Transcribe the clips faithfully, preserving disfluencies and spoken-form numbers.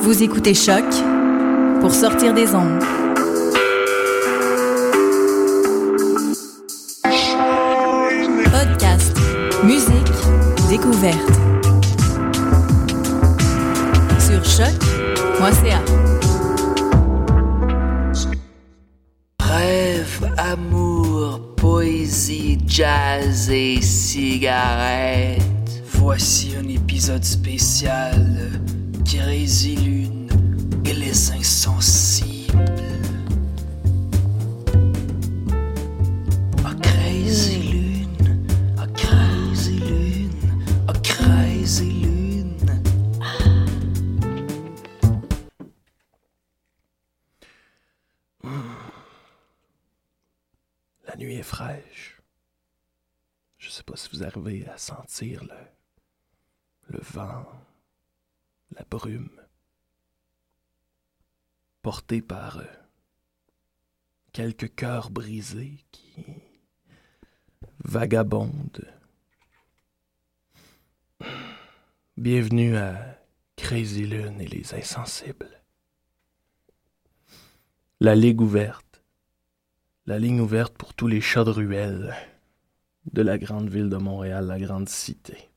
Vous écoutez Choc pour sortir des ondes. Podcast, musique, découverte. Sur choc point c a. Rêve, amour, poésie, jazz et cigarettes. Voici un épisode spécial Crazy Lune et les insensibles. Oh Crazy Lune, oh Crazy Lune, oh Crazy Lune. La nuit est fraîche. Je sais pas si vous arrivez à sentir le, le vent, la brume, portée par euh, quelques cœurs brisés qui vagabondent. Bienvenue à Crazy Lune et les insensibles. La ligue ouverte. La ligne ouverte pour tous les chats de ruelle de la grande ville de Montréal, la grande cité.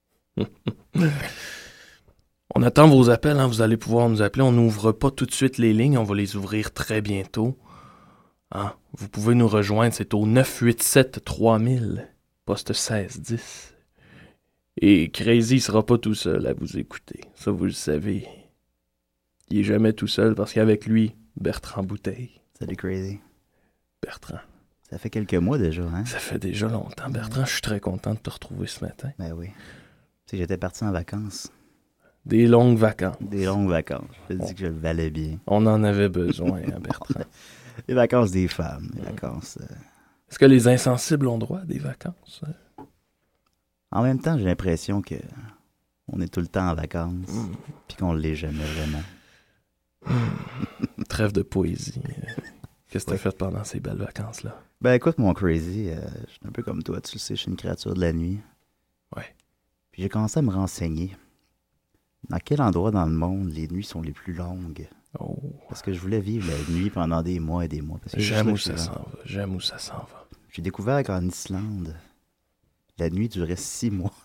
On attend vos appels, hein, vous allez pouvoir nous appeler. On n'ouvre pas tout de suite les lignes, on va les ouvrir très bientôt. Hein, vous pouvez nous rejoindre, c'est au neuf huit sept trois mille, poste seize dix. Et Crazy sera pas tout seul à vous écouter, ça vous le savez. Il est jamais tout seul parce qu'avec lui, Bertrand Bouteille. Salut Crazy. Bertrand. Ça fait quelques mois déjà, hein? Ça fait déjà longtemps, Bertrand. Je suis très content de te retrouver ce matin. Ben oui. Tu sais, j'étais parti en vacances. Des longues vacances. Des longues vacances. Je te dis On... que je le valais bien. On en avait besoin, hein, Bertrand. Les vacances des femmes. Les vacances... Euh... Est-ce que les insensibles ont droit à des vacances? En même temps, j'ai l'impression que on est tout le temps en vacances, mm. puis qu'on l'est jamais vraiment. Mm. Trêve de poésie. Qu'est-ce que t'as fait pendant ces belles vacances-là? Ben écoute, mon Crazy, euh, je suis un peu comme toi, tu le sais, je suis une créature de la nuit. Ouais. Puis j'ai commencé à me renseigner. Dans quel endroit dans le monde les nuits sont les plus longues? Oh. Parce que je voulais vivre la nuit pendant des mois et des mois. Parce que J'aime où ça ça s'en va. J'aime où ça s'en va. J'ai découvert qu'en Islande, la nuit durait six mois.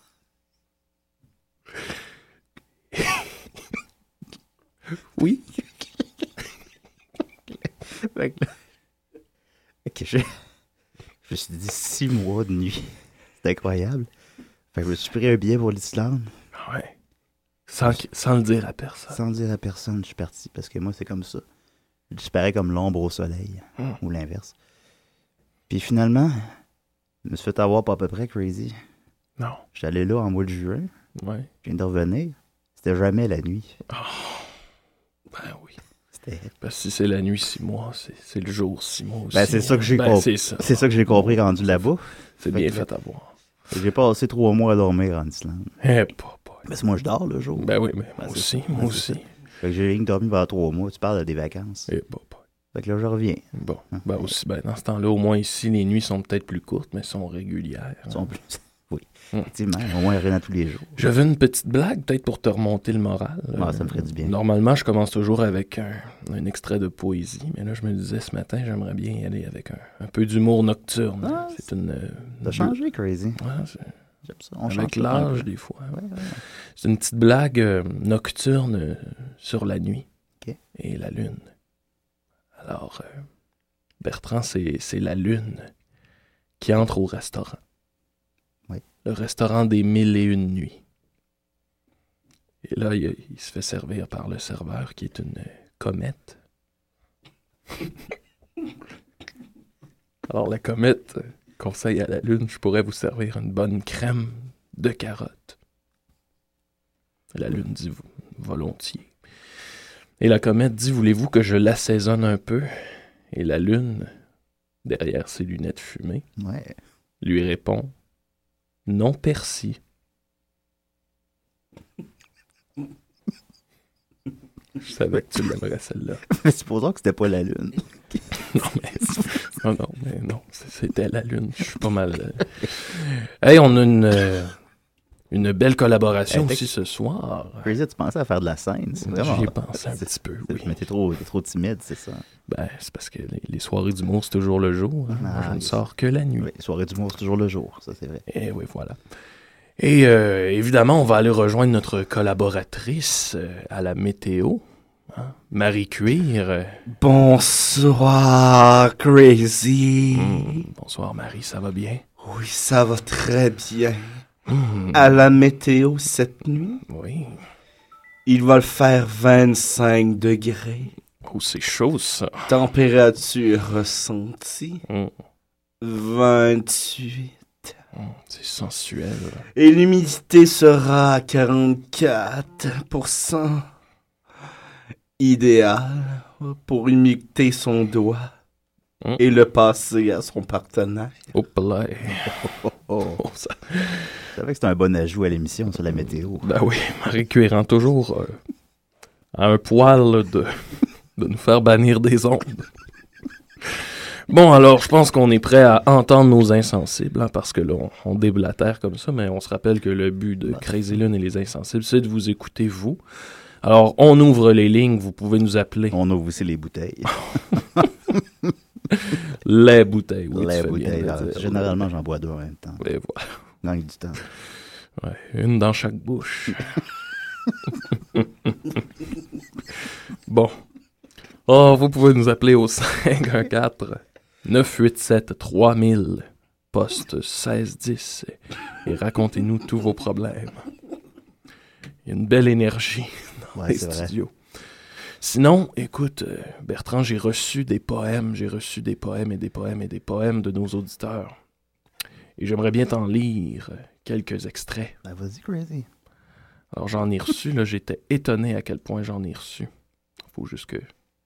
Oui. Fait que là, okay, je, je me suis dit six mois de nuit. C'est incroyable. Fait que je me suis pris un billet pour l'Islande. Ouais. Sans, sans le dire à personne. Sans le dire à personne, je suis parti parce que moi, c'est comme ça. Je disparais comme l'ombre au soleil. Mm. Ou l'inverse. Puis finalement, je me suis fait avoir pas à peu près Crazy. Non. J'étais allé là en mois de juin. Ouais. Je viens de revenir. C'était jamais la nuit. Oh. Ben oui. C'était... Parce que si c'est la nuit six mois, c'est, c'est le jour six mois aussi. Ben c'est ça que j'ai ben, compris. C'est ça. C'est ça que j'ai compris rendu là-bas. C'est fait bien que... fait à voir. J'ai passé trois mois à dormir en Islande. Eh, pas, pas. Mais c'est moi, je dors le jour. Ben oui, mais ben, moi aussi, ça. moi ben, aussi. Fait que j'ai rien que dormi pendant trois mois. Tu parles de des vacances. Eh, pas, pas. Fait que là, je reviens. Bon, hein? ben aussi, ben dans ce temps-là, au moins ici, les nuits sont peut-être plus courtes, mais sont régulières. Elles sont plus... Oui, hum. effectivement, au moins rien à tous les jours. J'avais une petite blague, peut-être pour te remonter le moral. Ah, ça me ferait du bien. Normalement, je commence toujours avec un, un extrait de poésie, mais là, je me disais ce matin, j'aimerais bien y aller avec un, un peu d'humour nocturne. Ah, c'est une... Euh, T'as changé, Crazy. Ouais, c'est... J'aime ça. On avec change l'âge, des fois. Ouais, ouais, ouais. C'est une petite blague euh, nocturne euh, sur la nuit okay. et la lune. Alors, euh, Bertrand, c'est, c'est la lune qui entre au restaurant. Oui. Le restaurant des mille et une nuits. Et là, il, il se fait servir par le serveur qui est une euh, comète. Alors, la comète... Euh, conseil à la lune, je pourrais vous servir une bonne crème de carottes. La lune dit volontiers. Et la comète dit, voulez-vous que je l'assaisonne un peu? Et la lune, derrière ses lunettes fumées, ouais. lui répond, non persil. Je savais que tu l'aimerais, celle-là. Mais supposons que c'était pas la lune. non, mais... Non, non, mais non. C'était la lune. Je suis pas mal... Euh... Hey, on a une... Euh... Une belle collaboration Hey, aussi ce soir. Crazy, tu pensais à faire de la scène? C'est vraiment... J'y ai pensé un c'est- petit peu, c'est- oui. Mais t'es trop, t'es trop timide, c'est ça? Ben, c'est parce que les, les soirées d'humour, c'est toujours le jour. Hein. Moi, Ah, je ne oui. sors que la nuit. Oui, soirée d'humour, c'est toujours le jour, ça c'est vrai. Et oui, voilà. Et euh, évidemment, on va aller rejoindre notre collaboratrice euh, à la météo, hein, Marie Cuir. Euh, Bonsoir, Crazy. hum, bonsoir Marie, ça va bien? Oui, ça va très bien. Hum, À la météo cette nuit, oui. il va le faire vingt-cinq degrés. Oh, c'est chaud ça. Température ressentie, Hum, vingt-huit. hum, c'est sensuel. Et l'humidité sera à quarante-quatre pour cent. Idéal pour imiter son doigt Hum. et le passer à son partenaire. Hop là. Oh, oh. Oh, ça... Je savais que c'était un bon ajout à l'émission sur la météo. Ben oui, Marie Cuir rend toujours euh, à un poil de, de nous faire bannir des ondes. Bon, alors, je pense qu'on est prêt à entendre nos insensibles, hein, parce que là, on, on déblatère comme ça, mais on se rappelle que le but de Crazy Lune et les insensibles, c'est de vous écouter, vous. Alors, on ouvre les lignes, vous pouvez nous appeler. On ouvre aussi les bouteilles. Les bouteilles, oui, les tu fais bien bouteilles. de le alors, dire. généralement, j'en bois deux en même temps. Et voilà. Gagne du temps. Ouais, une dans chaque bouche. Bon. Oh, vous pouvez nous appeler au cinq un quatre neuf huit sept trois mille, poste seize dix, et racontez-nous tous vos problèmes. Il y a une belle énergie dans Ouais, les c'est vrai. studios. Sinon, écoute, euh, Bertrand, j'ai reçu des poèmes, j'ai reçu des poèmes et des poèmes et des poèmes de nos auditeurs. Et j'aimerais bien t'en lire quelques extraits. Ben, vas-y, Crazy. Alors, j'en ai reçu, là, j'étais étonné à quel point j'en ai reçu. Faut juste que...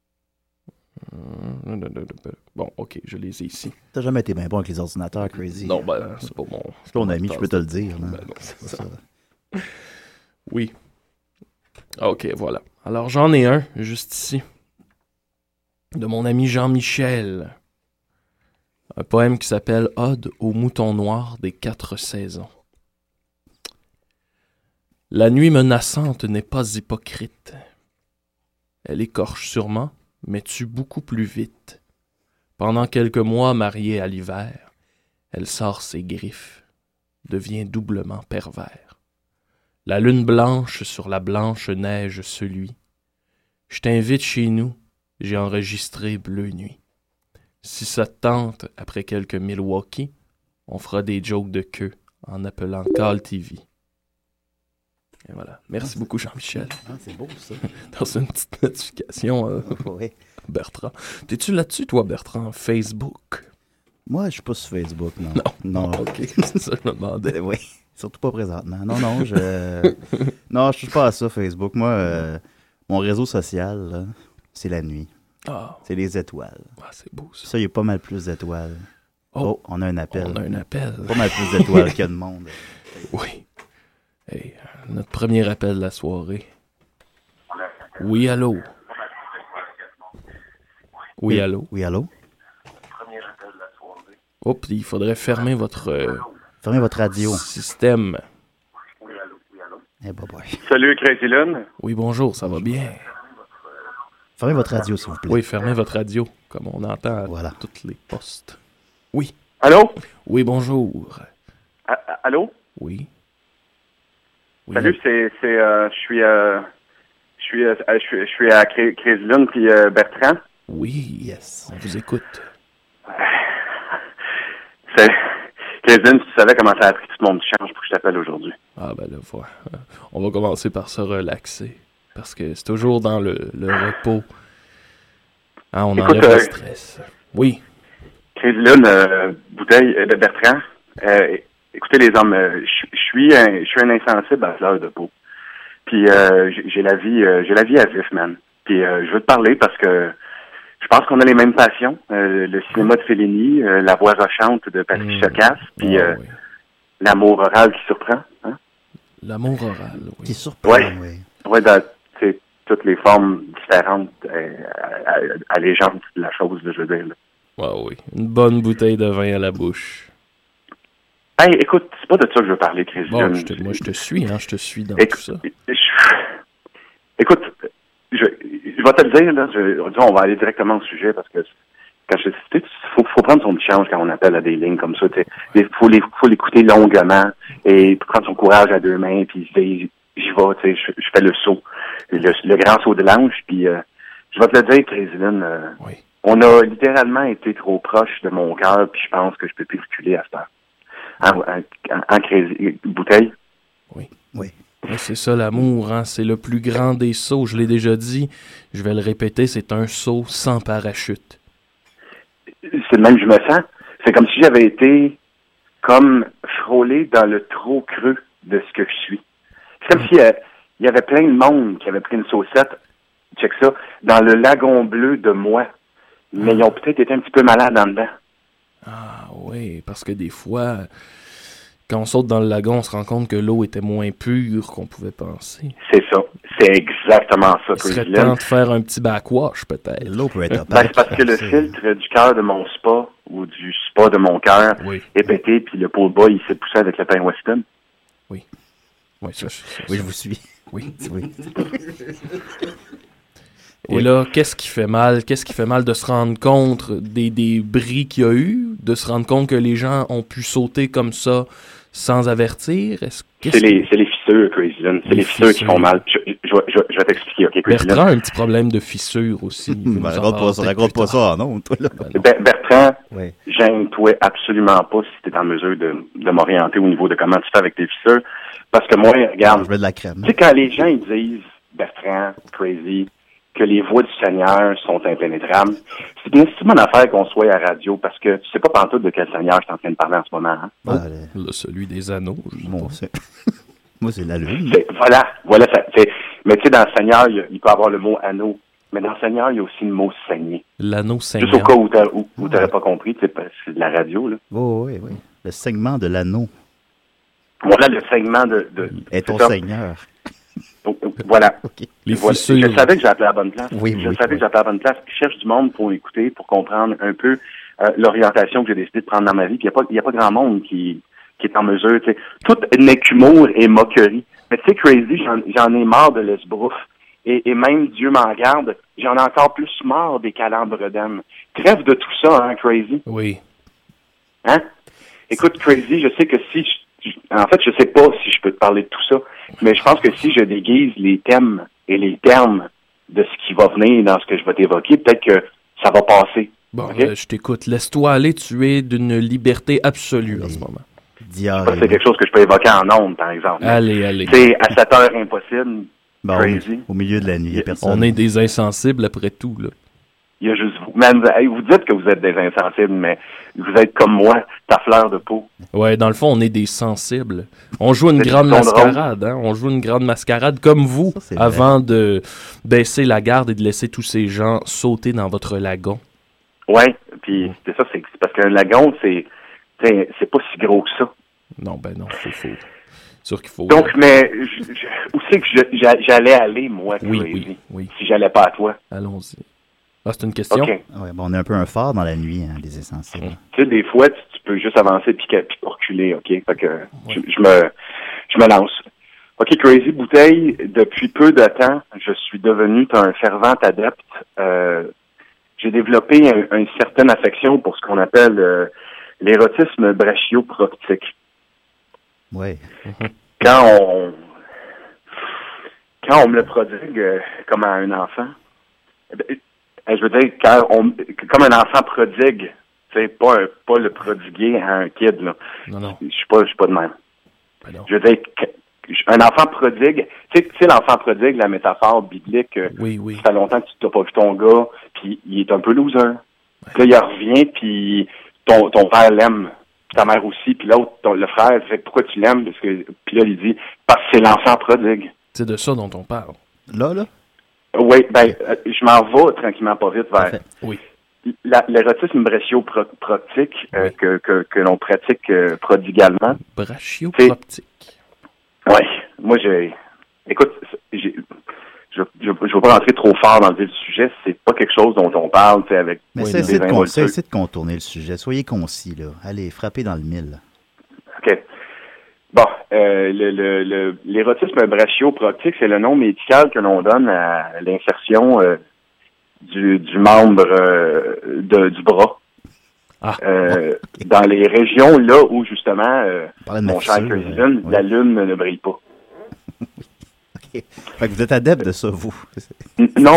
Bon, ok, je les ai ici. T'as jamais été bien bon avec les ordinateurs, Crazy. Non, ben, c'est pas mon... C'est ton ami, je peux te le dire. là. Ben non, c'est C'est ça. ça. Oui. Ok, voilà. Alors, j'en ai un, juste ici. De mon ami Jean-Michel. Un poème qui s'appelle « Ode au mouton noir des quatre saisons ». La nuit menaçante n'est pas hypocrite. Elle écorche sûrement, mais tue beaucoup plus vite. Pendant quelques mois mariée à l'hiver, elle sort ses griffes, devient doublement pervers. La lune blanche sur la blanche neige se luit. Je t'invite chez nous, j'ai enregistré Bleu Nuit. Si ça te tente, après quelques Milwaukee, on fera des jokes de queue en appelant Call T V. Et voilà. Merci beaucoup, Jean-Michel. Ah, c'est beau, ça. Dans une petite notification, euh, Oui. Bertrand. T'es-tu là-dessus, toi, Bertrand? Facebook? Moi, je suis pas sur Facebook, non. Non. Non. Ok, c'est ça que je me demandais. Euh, oui. Surtout pas présentement. Non, non, je... non, je touche pas à ça, Facebook. Moi, euh, mon réseau social, là, c'est la nuit. Ah, C'est les étoiles. ah, c'est beau, ça. Ça, il y a pas mal plus d'étoiles. Oh, Oh, on a un appel. on a un appel. Pas mal plus d'étoiles qu'il y a de monde. Oui. Hey, euh, notre premier appel de la soirée. Oui, allô? Oui, allô? Oui, allô? Oh, puis il faudrait fermer votre euh, Fermez votre radio. système. Eh, bah, boy. Salut, Crazy Lune. Oui, bonjour, ça va bien? Fermez votre radio, s'il vous plaît. Oui, fermez votre radio, comme on entend à Voilà. toutes les postes. Oui. Allô? Oui, bonjour. A- a- Allô? Oui. Oui, Salut, c'est, c'est, euh, je suis, euh, je suis, euh, je suis, je suis à Cra- Crazy Lune puis euh, Bertrand. Oui, Yes. on vous écoute. C'est, Crazy Lune, si tu savais comment ça a pris tout mon petit change pour que je t'appelle aujourd'hui. Ah ben là, voilà. On va commencer par se relaxer. Parce que c'est toujours dans le, le repos. Hein, on Écoute, enlève euh, le stress. Oui. Crazy Lune, euh, Bouteille, euh, de Bertrand. Euh, écoutez les hommes, euh, je je suis un, je suis un insensible à l'heure de peau. Puis euh, j'ai j'ai la vie, euh, j'ai la vie à vif, man. Puis euh, je veux te parler parce que je pense qu'on a les mêmes passions. Euh, le cinéma de Fellini, euh, la voix rochante de Patrick Mm. Chacasse, puis Ah, euh, oui. l'amour oral qui surprend. Hein? L'amour oral, oui. Qui surprend, Ouais. oui. Ouais, dans t'sais, toutes les formes différentes, euh, à, à, allégeantes de la chose, là, je veux dire. Là. Ah oui. Une bonne bouteille de vin à la bouche. Ben, écoute, c'est pas de ça que je veux parler, Crazy Bon, Lune. je te- moi, je te suis, hein, je te suis dans Écoute, tout ça. je- écoute, je, je vais te le dire, là, je, disons, on va aller directement au sujet parce que quand je il faut, faut prendre son petit change quand on appelle à des lignes comme ça. Il faut, les, faut l'écouter longuement et prendre son courage à deux mains puis se dire, j'y vais, tu sais, je, je fais le saut, le, le grand saut de l'ange. Puis euh, je vais te le dire, Crazy Lune, euh, Oui. on a littéralement été trop proche de mon cœur puis je pense que je peux plus reculer à cette heure. En, en, en, en Crazy Bouteille. Oui. Oui. Ouais, c'est ça l'amour, hein? C'est le plus grand des sauts. Je l'ai déjà dit, je vais le répéter, c'est un saut sans parachute. C'est le même je me sens. C'est comme si j'avais été comme frôlé dans le trop creux de ce que je suis. C'est comme s'il euh, y avait plein de monde qui avait pris une saucette, check ça, dans le lagon bleu de moi. Mais ils ont peut-être été un petit peu malades en dedans. Ah oui, parce que des fois, quand on saute dans le lagon, on se rend compte que l'eau était moins pure qu'on pouvait penser. C'est ça. C'est exactement ça, Il serait Crazy temps Lynn. de faire un petit backwash, peut-être. L'eau peut être Ben, opaque. c'est parce que le C'est- filtre du cœur de mon spa ou du spa de mon cœur Oui, est pété, puis le pot de bas, il s'est poussé avec le pain Weston. oui, ça, ça, Oui, je ça. vous suis. Oui. Oui. Et Oui. là, qu'est-ce qui fait mal? Qu'est-ce qui fait mal de se rendre compte des, des bris qu'il y a eu? De se rendre compte que les gens ont pu sauter comme ça sans avertir? Est-ce, qu'est-ce C'est les, c'est les fissures, Crazy Lynn. C'est Les les fissures qui fissures. font mal. Je, je, je, vais- je vais- je vais t'expliquer, OK, Crazy Bertrand Lynn? a un petit problème de fissure aussi. Il veut Ben, nous en raconte parler pas ça, peut-être raconte plus pas tard. ça, non, toi, là. Ben non. Ber- Bertrand, Oui. gêne-toi absolument pas si tu es en mesure de, de m'orienter au niveau de comment tu fais avec tes fissures. Parce que moi, regarde, Je veux de la crème. tu sais, quand les gens ils disent, Bertrand, Crazy, que les voix du Seigneur sont impénétrables, c'est une si bonne affaire qu'on soit à la radio parce que tu sais pas pantoute de quel Seigneur je suis en train de parler en ce moment. Hein? Ah, le- Là, celui des anneaux. je sais Bon, pas. c'est... Moi, c'est la lune. C'est- Voilà, voilà. Ça, c'est- mais tu sais, dans le Seigneur, il, y a- il peut y avoir le mot anneau. Mais dans le Seigneur, il y a aussi le mot saigner. L'anneau Juste au saignant. cas où tu où, où t'aurais pas compris, tu sais, parce que c'est de la radio, là. Oh, oui, oui. Le saignement de l'anneau Voilà le saignement de... de est ton c'est ça. Seigneur. Donc, voilà. OK. Les Voilà. fissures. Je savais que j'appelais à la bonne place. Oui, je oui, savais oui. que j'appelais à la bonne place. Je cherche du monde pour écouter, pour comprendre un peu euh, l'orientation que j'ai décidé de prendre dans ma vie. Puis il n'y a pas, il y a pas grand monde qui, qui est en mesure. Tu sais, tout n'est qu'humour et moquerie. Mais tu sais, Crazy, j'en, j'en ai marre de l'esbrouf. Et, et même, Dieu m'en garde, j'en ai encore plus marre des calambres d'âme. Trêve de tout ça, hein, Crazy. Oui. Hein? Écoute, Crazy, je sais que si... Je, en fait, je sais pas si je peux te parler de tout ça, mais je pense que si je déguise les thèmes et les termes de ce qui va venir dans ce que je vais t'évoquer, peut-être que ça va passer. Bon, Ok. euh, je t'écoute. Laisse-toi aller. Tu es d'une liberté absolue en ce moment. Diarrhée. Ça, c'est quelque chose que je peux évoquer en ondes, par exemple. Allez, allez. C'est à sept heures impossible, Bon, Crazy. au milieu de la nuit, il n'y a personne. On est des insensibles après tout, là. Il y a juste vous. Man, hey, vous dites que vous êtes des insensibles, mais vous êtes comme moi, ta fleur de peau. Ouais, dans le fond, on est des sensibles. On joue une C'est grande du ton de mascarade, hein. On joue une grande mascarade comme vous, Ça, c'est vrai. avant de baisser la garde et de laisser tous ces gens sauter dans votre lagon. Ouais, puis c'est ça, c'est c'est parce qu'un lagon, c'est c'est c'est pas si gros que ça. Non, ben non, faut, faut. Sûr qu'il faut. Donc, mais je, je, où c'est que je- j'a- j'allais aller, moi, oui, Crazy, oui, oui. si j'allais pas à toi? Allons-y. Ah, c'est une question? OK. Ouais, bon, on est un peu un phare dans la nuit, hein, les insensibles. Tu sais, des fois, tu, tu peux juste avancer puis, que- puis reculer, OK? Fait que je, je me je me lance. OK, Crazy Bouteille, depuis peu de temps, je suis devenu un fervent adepte. Euh, j'ai développé un- une certaine affection pour ce qu'on appelle euh, l'érotisme brachioproctique. Ouais. Quand on quand on me le prodigue euh, comme à un enfant, eh ben, euh, je veux dire, quand on, comme un enfant prodigue, c'est pas un- pas le prodiguer à un kid, là. Non, non. Je suis pas, je suis pas de même. Ben non. Je veux dire, que- un enfant prodigue, tu sais, tu sais, l'enfant prodigue, la métaphore biblique, euh, Oui, oui. ça fait longtemps que tu n'as pas vu ton gars, puis il est un peu loser. Puis là, il revient, puis ton, ton père l'aime, puis ta mère aussi, puis l'autre, ton- le frère, fait pourquoi tu l'aimes? Parce que, puis là, il dit, parce que c'est l'enfant prodigue. C'est de ça dont on parle. Là, là? Oui, ben, euh, je m'en vais tranquillement pas vite vers Parfait. Oui. la- l'érotisme brachioproctique euh, Oui. que, que, que l'on pratique euh, prodigalement. Brachioproptique. Oui, moi, j'ai... Écoute, j'ai... Je je ne veux pas rentrer trop fort dans le vif du sujet, c'est pas quelque chose dont on parle, tu sais, avec Mais Oui, cessez, des de con- involtures. cessez de contourner le sujet. Soyez concis, là. Allez, frappez dans le mille. OK. Bon, euh, le, le, le, l'érotisme brachioproctique, c'est le nom médical que l'on donne à l'insertion euh, du, du membre euh, de, du bras. Ah, euh, okay. Dans les régions là où, justement, euh, mon cher fissure, Crazy euh, Lune, oui. la lune ne brille pas. OK. Fait que vous êtes adepte de ça, vous. N- non,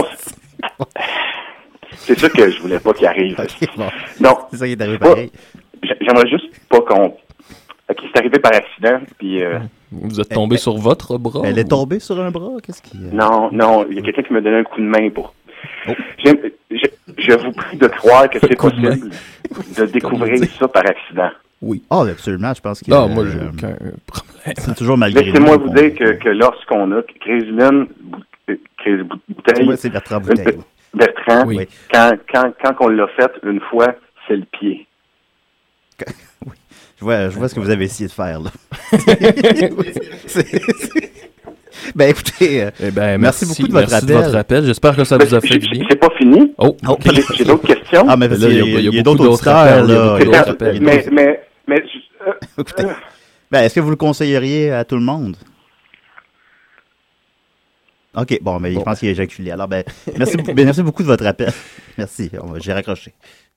c'est ça que je voulais pas qu'il arrive. Okay, bon. Non. C'est ça qui est arrivé Pas, pareil. j'aimerais juste pas qu'on... OK, c'est arrivé par accident, puis... Euh, vous êtes tombé elle, sur votre bras? Elle ou... est tombée sur un bras? Qu'est-ce qui... Euh... Non, non, il y a quelqu'un qui m'a donné un coup de main pour... Oh. J'aime, je, je vous prie de croire que c'est coup de possible de découvrir ça par accident. Oui. Ah, oh, absolument, je pense que... Non, moi, j'ai euh, aucun problème. C'est toujours malgré Laissez-moi nous vous qu'on- dire que, que lorsqu'on a Crazy Lune, Crazy Bouteille, Ouais, c'est Bertrand Bouteille. Bertrand, Oui. quand, quand, quand on l'a fait une fois, c'est le pied. Oui. Je vois, je vois ce que vous avez essayé de faire, là. C'est- c'est- Ben, écoutez, euh, Eh ben, merci, merci beaucoup de votre merci appel. de votre appel. J'espère que ça Mais vous a fait c'est- du bien. C'est pas fini. Oh, Oh, ok. J'ai, j'ai d'autres questions. Ah, mais parce Là, qu'il il y a- y a, il y a il y a beaucoup d'autres d'autres auditeurs, appels, il y a là. beaucoup d'autres mais, appels. mais, mais, mais, euh, Écoutez. euh, Ben, est-ce que vous le conseilleriez à tout le monde? OK, bon, mais Bon. je pense qu'il est éjaculé. Alors, ben, merci, beaucoup- ben, merci beaucoup de votre appel. Merci, on va- j'ai raccroché.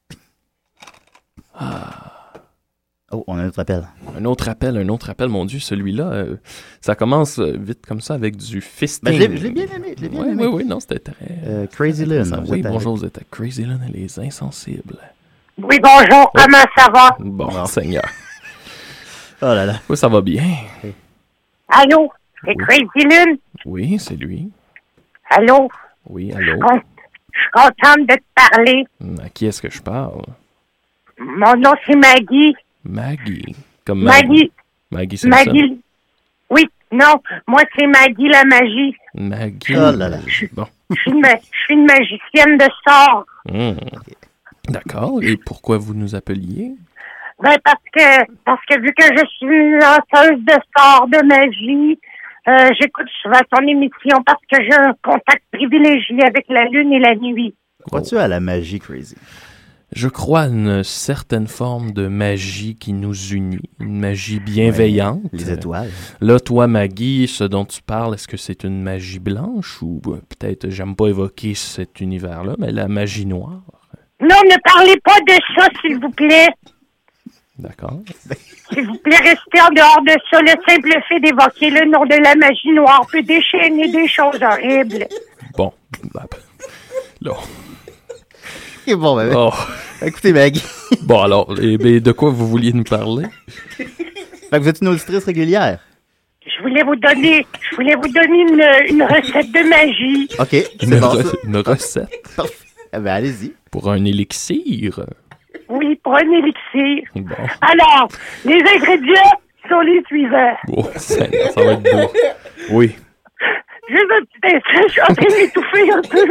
Oh, on a un autre appel. Un autre appel, un autre appel, mon Dieu, celui-là, euh, ça commence euh, vite comme ça avec du fisting. Ben, je l'ai- je l'ai bien aimé, je l'ai bien Oui, aimé. oui, oui, non, c'était très... Euh, Crazy Lynn. Ça, vous oui, êtes à- bonjour, vous êtes à Crazy Lynn et les insensibles. Oui, bonjour, comment ça va? Bon, Bon. Seigneur. Oh là là. Oui, ça va bien. Allô, c'est Oui. Crazy Lune? Oui, c'est lui. Allô? Oui, allô. Con- Je suis contente de te parler. À qui est-ce que je parle? Mon nom, c'est Maggie. Maggie. Comme Maggie. Maggie. Maggie Simpson. Maggie. Oui, non, moi, c'est Maggie la magie. Maggie. Oh là là. Bon. Je suis une, ma- je suis une magicienne de sort. Hmm. D'accord. Et pourquoi vous nous appeliez? Ben, parce que, parce que vu que je suis une lanceuse de sort de magie, euh, j'écoute souvent ton émission parce que j'ai un contact privilégié avec la lune et la nuit. Crois-tu à la magie, Crazy? Je crois à une certaine forme de magie qui nous unit, une magie bienveillante. Les étoiles. Là, toi, Maggie, ce dont tu parles, est-ce que c'est une magie blanche ou euh, peut-être, j'aime pas évoquer cet univers-là, mais la magie noire? Non, ne parlez pas de ça, s'il vous plaît. D'accord. S'il vous plaît, restez en dehors de ça. Le simple fait d'évoquer le nom de la magie noire peut déchaîner des choses horribles. Bon. bah, Là. Et bon, ben, Oh. écoutez, Maggie. Bon, alors, eh bien, de quoi vous vouliez nous parler? Fait que vous êtes une auditrice régulière. Je voulais vous donner, je voulais vous donner une, une recette de magie. OK, Une, c'est bon, re- ça. une recette Parfait. Eh ben, allez-y. pour un élixir. Oui, pour un élixir. Bon. Alors, les ingrédients sont les suivants. Oh, Seigneur, ça va être beau. Oui. Juste un petit instant, je suis en train de m'étouffer un peu.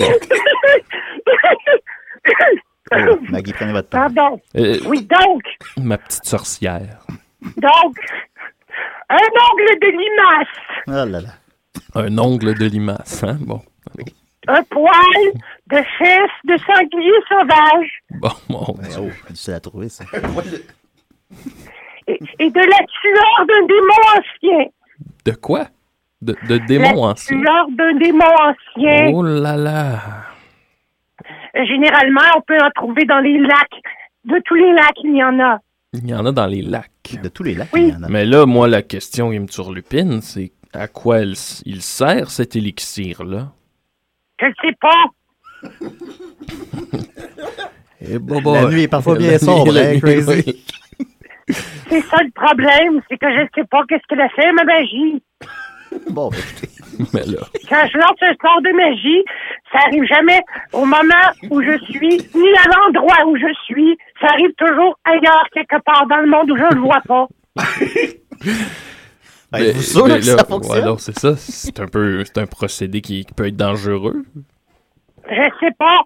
Oh, Maggie, prenez votre temps. Pardon. Euh, Oui, donc, ma petite sorcière. donc, un ongle de limace, Oh là là. Un ongle de limace, hein? Bon. un poil de fesses de sanglier sauvage Bon, mon Ben, Dieu. oh, c'est difficile à trouver, ça. et, et de la sueur d'un démon ancien. De quoi? De, de La démons anciens? sueur d'un démon ancien. Oh là là! Généralement, on peut en trouver dans les lacs. De tous les lacs, il y en a. Il y en a dans les lacs. De tous les lacs, Oui. il y en a. Mais là, moi, la question qui me turlupine, c'est à quoi elle s- il sert cet élixir-là? Je ne sais pas. Eh, bobo. La nuit est parfois bien La nuit, sombre, la hein, nuit, Crazy? oui. C'est ça le problème, c'est que je ne sais pas qu'est-ce qu'elle a fait, ma magie. Bon, ben, écoutez. Mais là, Quand je lance un sort de magie, ça arrive jamais au moment où je suis, ni à l'endroit où je suis. Ça arrive toujours ailleurs, quelque part dans le monde où je ne le vois pas. Ben, êtes-vous sûr mais que là, ça fonctionne? ouais, alors, c'est ça. C'est un peu, c'est un procédé qui, qui peut être dangereux. Je sais pas.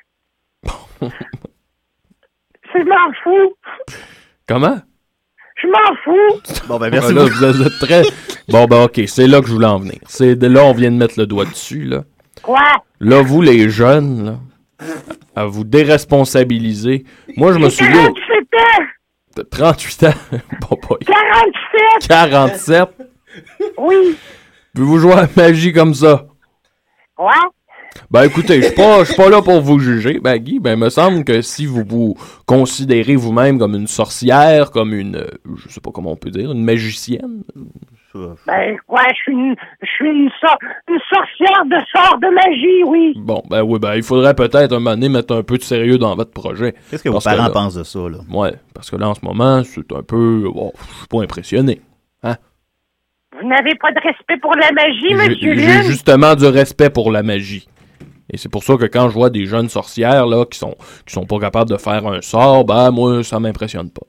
Je m'en fous. Comment? Je m'en fous. Bon, ben, merci Ah, là, beaucoup. vous êtes très... Bon, ben, OK, c'est là que je voulais en venir. C'est de là, on vient de mettre le doigt dessus, là. Quoi? Là, vous, les jeunes, là, à vous déresponsabiliser. Moi, je me J'ai souviens... quarante-sept ans. T'as trente-huit ans? Bon, boy. quarante-sept! quarante-sept? Oui. Pouvez-vous jouer à la magie comme ça? Ouais. Ben écoutez, je suis pas, je suis pas là pour vous juger, ben Guy, ben me semble que si vous vous considérez vous-même comme une sorcière, comme une, euh, je sais pas comment on peut dire, une magicienne. Ben, ouais, je suis une, je suis une, sor- une sorcière de sort de magie, oui. Bon, ben oui, ben il faudrait peut-être un moment donné mettre un peu de sérieux dans votre projet. Qu'est-ce que vos Parce parents là- pensent de ça, là? Ouais, parce que là en ce moment, c'est un peu, bon, je suis pas impressionné. Hein? Vous n'avez pas de respect pour la magie, J'ai monsieur j'ai Lune? justement du respect pour la magie. Et c'est pour ça que quand je vois des jeunes sorcières là qui sont qui sont pas capables de faire un sort, ben moi ça m'impressionne pas.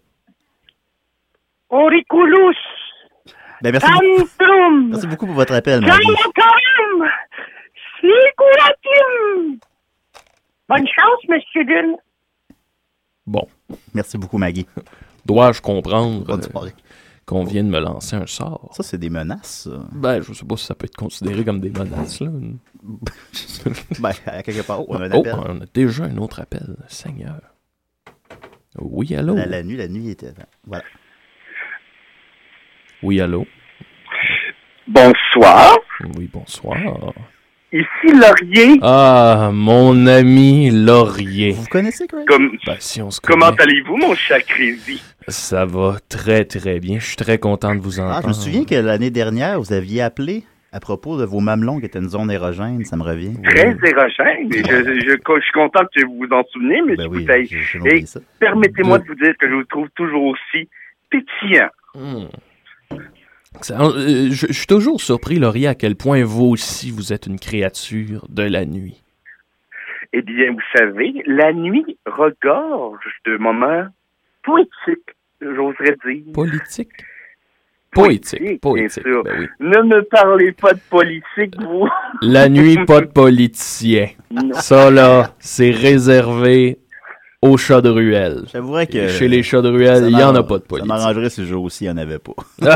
Auriculus! Ben, merci, beaucoup. Tantrum! Merci beaucoup pour votre appel, Maggie. Galacum! Siculatum! Bonne chance, monsieur Lune. Bon, Merci beaucoup, Maggie. dois-je comprendre Bonne euh, soirée. qu'on vient de me lancer un sort? Ça, c'est des menaces, ça. Ben, je sais pas si ça peut être considéré comme des menaces, là. Ben, à quelque part, on a un Oh, appel. on a déjà un autre appel, Seigneur. Oui, allô? La, la nuit, la nuit était... Voilà. Oui, allô? Bonsoir. Oui, bonsoir. Ici Laurier. Ah, mon ami Laurier. Vous connaissez, Craig? Comme, Ben, si on se comment connaît, allez-vous, mon cher Crazy? ça va très, très bien. Je suis très content de vous entendre. Ah, je me souviens que l'année dernière, vous aviez appelé à propos de vos mamelons qui étaient une zone érogène, ça me revient. Très érogène. Et Je, je, je suis content que vous vous en souvenez, M. Ben oui, Bouteille. j'ai j'ai Et oublié ça. permettez-moi De- de vous dire que je vous trouve toujours aussi pétillant. Hmm. Ça, euh, je, je suis toujours surpris, Laurier, à quel point vous aussi, vous êtes une créature de la nuit. Eh bien, vous savez, la nuit regorge de moments poétiques, j'oserais dire. Politique? Poétique, Poétique, bien poétique, sûr. ben oui. Ne me parlez pas de politique, vous. La nuit, pas de politicien. Non. Ça, là, c'est réservé aux chats de ruelle. J'avouerais que... Et chez les chats de ruelle, ça il n'y en a m'arrange- pas de Ça politique. m'arrangerait ce jour aussi, il n'y en avait pas.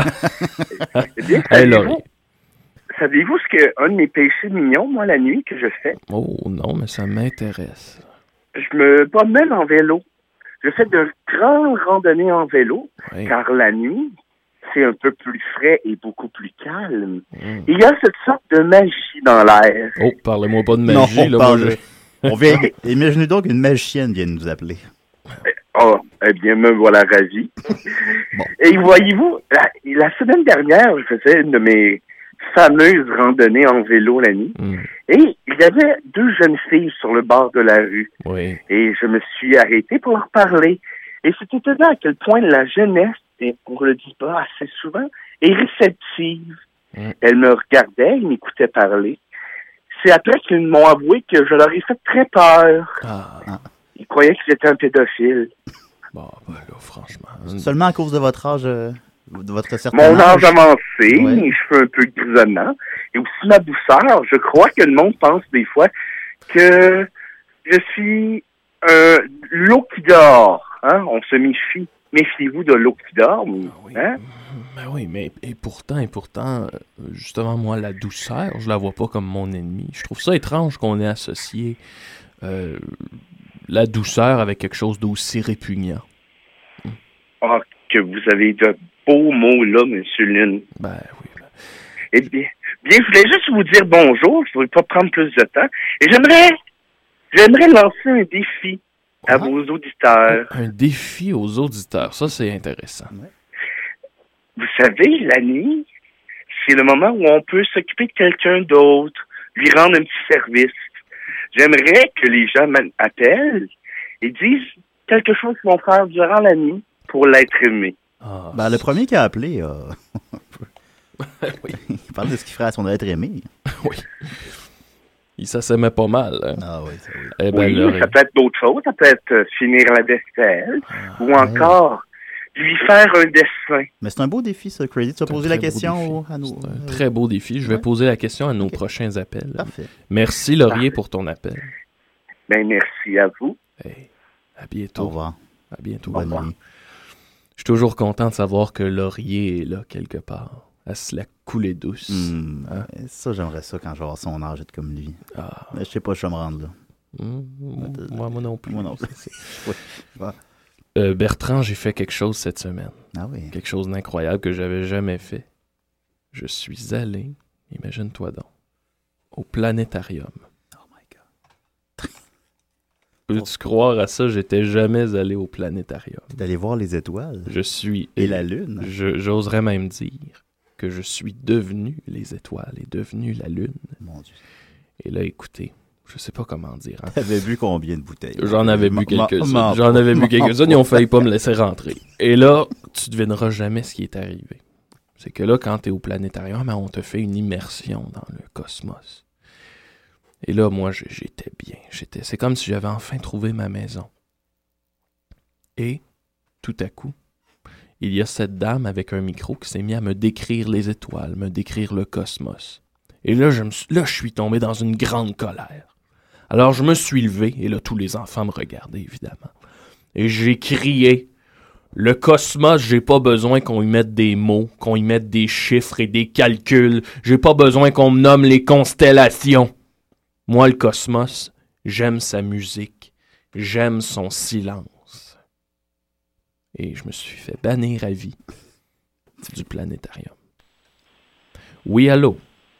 Eh bien, Hey, savez-vous, Laurie. savez-vous ce que un de mes péchés mignons, moi, la nuit, que je fais? Oh non, mais ça m'intéresse. Je me promène en vélo. Je fais de grandes randonnées en vélo, Oui. car la nuit, c'est un peu plus frais et beaucoup plus calme. Mm. Il y a cette sorte de magie dans l'air. Oh, parlez-moi pas de Non, magie, là. parle- Moi, je- On vient... Imaginez donc une magicienne vient de nous appeler. Oh, eh bien, me voilà ravi. Bon. Et voyez-vous, la, la semaine dernière, je faisais une de mes fameuses randonnées en vélo la nuit, Mm. et il y avait deux jeunes filles sur le bord de la rue. Oui. Et je me suis arrêté pour leur parler. Et c'est étonnant à quel point la jeunesse, et on le dit pas assez souvent, est réceptive. Mm. Elles me regardaient, ils m'écoutaient parler. C'est après qu'ils m'ont avoué que je leur ai fait très peur. Ah, Ils croyaient que j'étais un pédophile. bon, ben là, franchement. Seulement à cause de votre âge, euh, de votre certain Mon âge âge. avancé, Ouais. mes cheveux un peu grisonnants, et aussi ma douceur. Je crois que le monde pense des fois que je suis euh, l'eau qui dort. Hein? On se méfie. Méfiez-vous de l'eau qui dort. mais, oui. Hein? Ben oui, mais et pourtant, et pourtant, euh, justement, moi, la douceur, je la vois pas comme mon ennemi. Je trouve ça étrange qu'on ait associé euh, la douceur avec quelque chose d'aussi répugnant. Ah, que vous avez de beaux mots là, M. Lune. Ben oui. ben- Eh bien, bien, je voulais juste vous dire bonjour. Je ne voulais pas prendre plus de temps. Et j'aimerais, j'aimerais lancer un défi à Ah. vos auditeurs. Un défi aux auditeurs, ça c'est intéressant. Vous savez, la nuit, c'est le moment où on peut s'occuper de quelqu'un d'autre, lui rendre un petit service. J'aimerais que les gens m'appellent et disent quelque chose qu'ils vont faire durant la nuit pour l'être aimé. Ah, Ben, le premier qui a appelé, euh, oui, il parle de ce qu'il ferait à son être aimé. oui. Il ça s'aimait pas mal. Hein. Ah oui, ça oui. Eh ben, Oui, Laurie. ça peut être d'autres choses. Ça peut être euh, finir la vaisselle ou encore lui faire un dessin. Mais c'est un beau défi, ça, Crazy. Tu vas C'est un poser la très beau question défi. au- à nous. C'est un euh, très beau défi. Je vais ouais. poser la question à nos Ok. prochains appels. Parfait. Merci Laurier pour ton appel. Ben, merci à vous. Hey, à Au bientôt. revoir. À bientôt. Bonne Au revoir. nuit. Je suis toujours content de savoir que Laurier est là quelque part, à se la couler douce. Hmm, Hein? euh, Ça, j'aimerais ça quand je vais avoir son âge, être comme lui. Ah. Mais je sais pas, je vais me rendre là. Hum, moi, moi non plus. Moi non plus. C'est- Oui. Ouais. Euh, Bertrand, j'ai fait quelque chose cette semaine. Ah oui. Quelque chose d'incroyable que j'avais jamais fait. Je suis allé, imagine-toi donc, au planétarium. Oh my God. Peux-tu croire à ça? J'étais jamais allé au planétarium. D'aller voir les étoiles. Je suis... Et la Lune. Je, j'oserais même dire que je suis devenu les étoiles et devenu la Lune. Mon Dieu. Et là, écoutez, je sais pas comment dire. Hein. T'avais bu combien de bouteilles? J'en avais bu quelques-unes. Ma- J'en avais bu ma- quelques-unes. Ils ont failli pas me laisser rentrer. Et là, tu devineras jamais ce qui est arrivé. C'est que là, quand t'es au planétarium, on te fait une immersion dans le cosmos. Et là, moi, j'étais bien. J'étais, c'est comme si j'avais enfin trouvé ma maison. Et, tout à coup, il y a cette dame avec un micro qui s'est mis à me décrire les étoiles, me décrire le cosmos. Et là, je me suis, là, je suis tombé dans une grande colère. Alors, je me suis levé, et là, tous les enfants me regardaient, évidemment. Et j'ai crié, « Le cosmos, j'ai pas besoin qu'on y mette des mots, qu'on y mette des chiffres et des calculs. J'ai pas besoin qu'on me nomme les constellations. Moi, le cosmos, j'aime sa musique, j'aime son silence. » Et je me suis fait bannir à vie du planétarium. Oui, allô?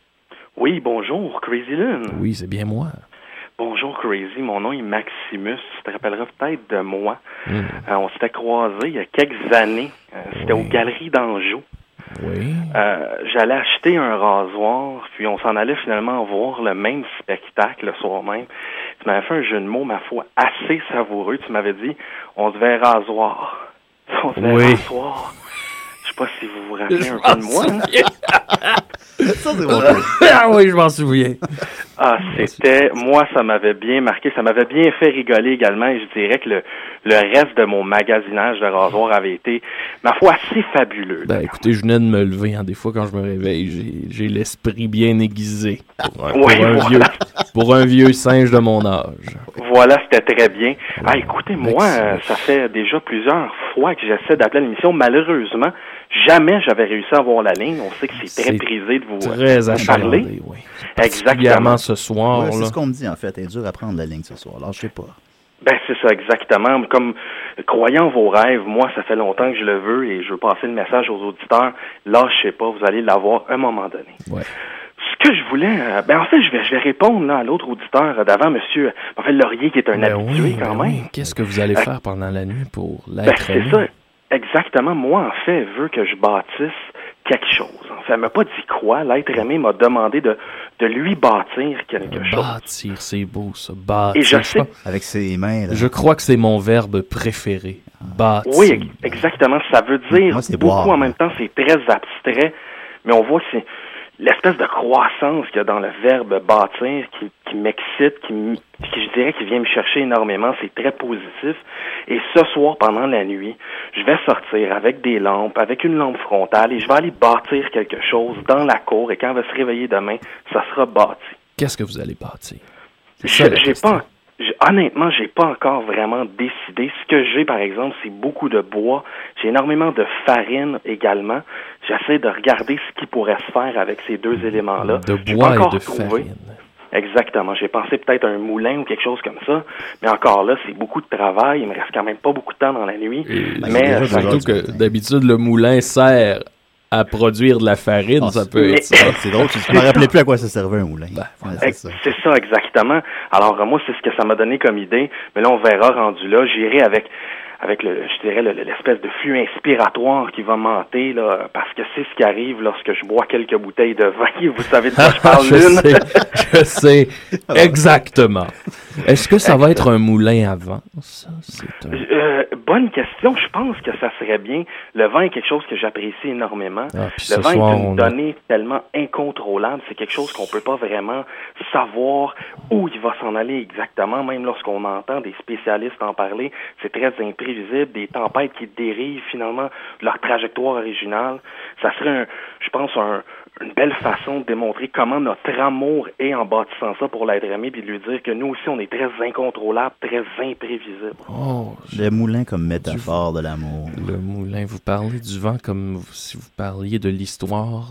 Oui, bonjour, Crazy Lune. Oui, c'est bien moi. Bonjour, Crazy. Mon nom est Maximus. Tu te rappelleras peut-être de moi. Mmh. Euh, on s'était croisés il y a quelques années. Euh, c'était Oui. aux Galeries d'Anjou. Oui. Euh, j'allais acheter un rasoir, puis on s'en allait finalement voir le même spectacle le soir même. Tu m'avais fait un jeu de mots, ma foi, assez savoureux. Tu m'avais dit, on se verrait rasoir. On se verrait Oui. rasoir. Je sais pas si vous vous rappelez un peu de moi. Hein? Ça, c'est bon. Ah oui, je m'en souviens. Ah, c'était, moi, ça m'avait bien marqué, ça m'avait bien fait rigoler également, et je dirais que le, le reste de mon magasinage de rasoir avait été, ma foi, assez fabuleux. Ben écoutez, je venais de me lever, hein, des fois quand je me réveille, j'ai, j'ai l'esprit bien aiguisé pour un, Oui, pour un voilà. vieux, pour un vieux singe de mon âge. Voilà, c'était très bien. Ah, écoutez, moi, Merci. euh, ça fait déjà plusieurs fois que j'essaie d'appeler l'émission. Malheureusement, jamais j'avais réussi à avoir la ligne. On sait que c'est très C'est prisé de vous euh, Très parler. achalandé, oui. Exactement. Particulièrement ce soir, Ouais, c'est là. ce qu'on me dit, en fait. Elle est dure à prendre la ligne ce soir. Alors, je sais pas. Ben, c'est ça, exactement. Comme, croyant vos rêves, moi, ça fait longtemps que je le veux et je veux passer le message aux auditeurs. Lâchez pas, vous allez l'avoir à un moment donné. Ouais. Ce que je voulais, euh, ben en fait, je vais, je vais répondre là, à l'autre auditeur d'avant, Monsieur en fait, Laurier, qui est un Ben habitué oui, quand ben même. oui. Qu'est-ce que vous allez Euh, faire pendant la nuit pour Ben, l'être c'est aimé? ça. Exactement. Moi, en fait, veut que je bâtisse quelque chose. En fait, elle m'a pas dit quoi. L'être aimé m'a demandé de, de lui bâtir quelque chose. Bâtir, c'est beau ça. Bâtir. Et je Je sais- crois- Avec ses mains, là. Je crois que c'est mon verbe préféré. Bâtir. Oui, ex- exactement. Ça veut dire Moi, c'est beaucoup boire, en moi. même temps. C'est très abstrait, mais on voit que c'est l'espèce de croissance qu'il y a dans le verbe bâtir qui, qui m'excite, qui, m- qui, je dirais, qui vient me chercher énormément. C'est très positif. Et ce soir, pendant la nuit, je vais sortir avec des lampes, avec une lampe frontale, et je vais aller bâtir quelque chose dans la cour. Et quand elle va se réveiller demain, ça sera bâti. Qu'est-ce que vous allez bâtir? C'est Je- ça, la j'ai question. pas, j'ai- honnêtement, j'ai pas encore vraiment décidé. Ce que j'ai, par exemple, c'est beaucoup de bois. J'ai énormément de farine également. J'essaie de regarder ce qui pourrait se faire avec ces deux éléments-là. De J'ai bois pas et encore de trouvé. farine. Exactement. J'ai pensé peut-être à un moulin ou quelque chose comme ça. Mais encore là, c'est beaucoup de travail. Il me reste quand même pas beaucoup de temps dans la nuit. Et mais déjà euh, deux ça- heures surtout du que matin. d'habitude, le moulin sert à produire de la farine. Ah, ça c'est- peut mais- être ça. Ah, c'est drôle, tu ne me rappelais plus à quoi ça servait un moulin. Ben, Ouais, Ex- c'est ça. C'est ça, exactement. Alors, euh, moi, c'est ce que ça m'a donné comme idée. Mais là, on verra rendu là. J'irai avec, avec le, je dirais, le- l'espèce de flux inspiratoire qui va monter, là, parce que c'est ce qui arrive lorsque je bois quelques bouteilles de vin. Vous savez de quoi je parle, je Lune? sais, je sais exactement. Est-ce que ça va être un moulin avant? Ça, c'est un... Euh, bonne question. Je pense que ça serait bien. Le vin est quelque chose que j'apprécie énormément. Ah, puis Le ce vin soir, est une on a- donnée tellement incontrôlable. C'est quelque chose qu'on peut pas vraiment savoir où il va s'en aller exactement. Même lorsqu'on entend des spécialistes en parler, c'est très imprévisible. Des tempêtes qui dérivent finalement de leur trajectoire originale. Ça serait, un, je pense, un, une belle façon de démontrer comment notre amour est en bâtissant ça pour l'être aimé, puis de lui dire que nous aussi, on est très incontrôlable, très imprévisible. Oh, je- Le moulin comme métaphore de l'amour. le moulin, vous parlez du vent comme si vous parliez de l'histoire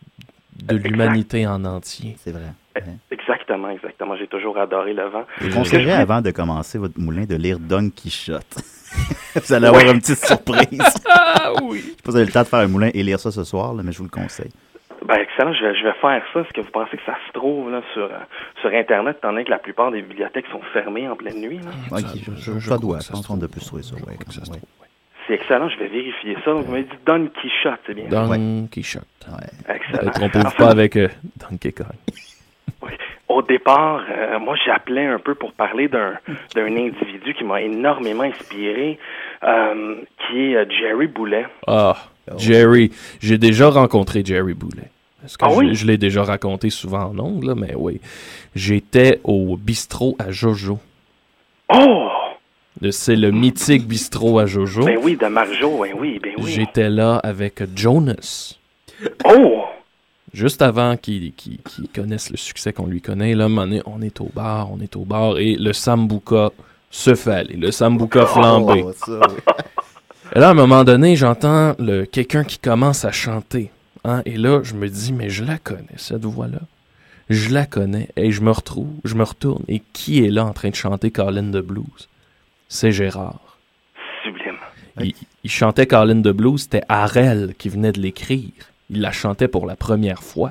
de l'humanité en entier. C'est vrai. Eh, Ouais. Exactement, exactement. J'ai toujours adoré le vent. Je vous conseillerais, avant de commencer votre moulin, de lire Don Quichotte. Vous allez avoir une petite surprise. Ah oui. Je sais pas si vous avez le temps de faire un moulin et lire ça ce soir, là, mais je vous le conseille. Ben, excellent, je vais, je vais faire ça. Est-ce que vous pensez que ça se trouve là, sur, euh, sur Internet, étant donné que la plupart des bibliothèques sont fermées en pleine nuit? Là? Ouais, ça, je, je, je, ça doit, je pense qu'on a pu trouver ça. Ouais, que ça se ouais. trouve, ouais. C'est excellent, je vais vérifier ça. Donc, vous m'avez dit Don Quichotte, c'est bien. Don Ouais. Quichotte. Ouais. Excellent. Ne trompez-vous Enfin, pas avec euh, Donkey Kong. oui. Au départ, euh, moi, j'appelais un peu pour parler d'un, d'un individu qui m'a énormément inspiré, euh, qui est euh, Jerry Boulet. Ah, Jerry. J'ai déjà rencontré Jerry Boulet. Parce que Ah je, oui? je l'ai déjà raconté souvent en ondes, là, mais oui. J'étais au bistrot à Jojo. Oh! Le- C'est le mythique bistrot à Jojo. Ben oui, de Marjo, ben oui, ben oui. J'étais là avec Jonas. Oh! Juste avant qu'il qu'il- qu'il connaisse le succès qu'on lui connaît, là, on est, on est au bar, on est au bar, et le Sambuca se fait aller. Le Sambuca flambé. Oh, ça, oui. Et là, à un moment donné, j'entends le, quelqu'un qui commence à chanter. Hein, et là, je me dis, mais je la connais, cette voix-là. Je la connais. Et je me retrouve, je me retourne. Et qui est là en train de chanter Colin de Blues? C'est Gérard. Sublime. Il, il chantait Colin de Blues, c'était Harel qui venait de l'écrire. Il la chantait pour la première fois.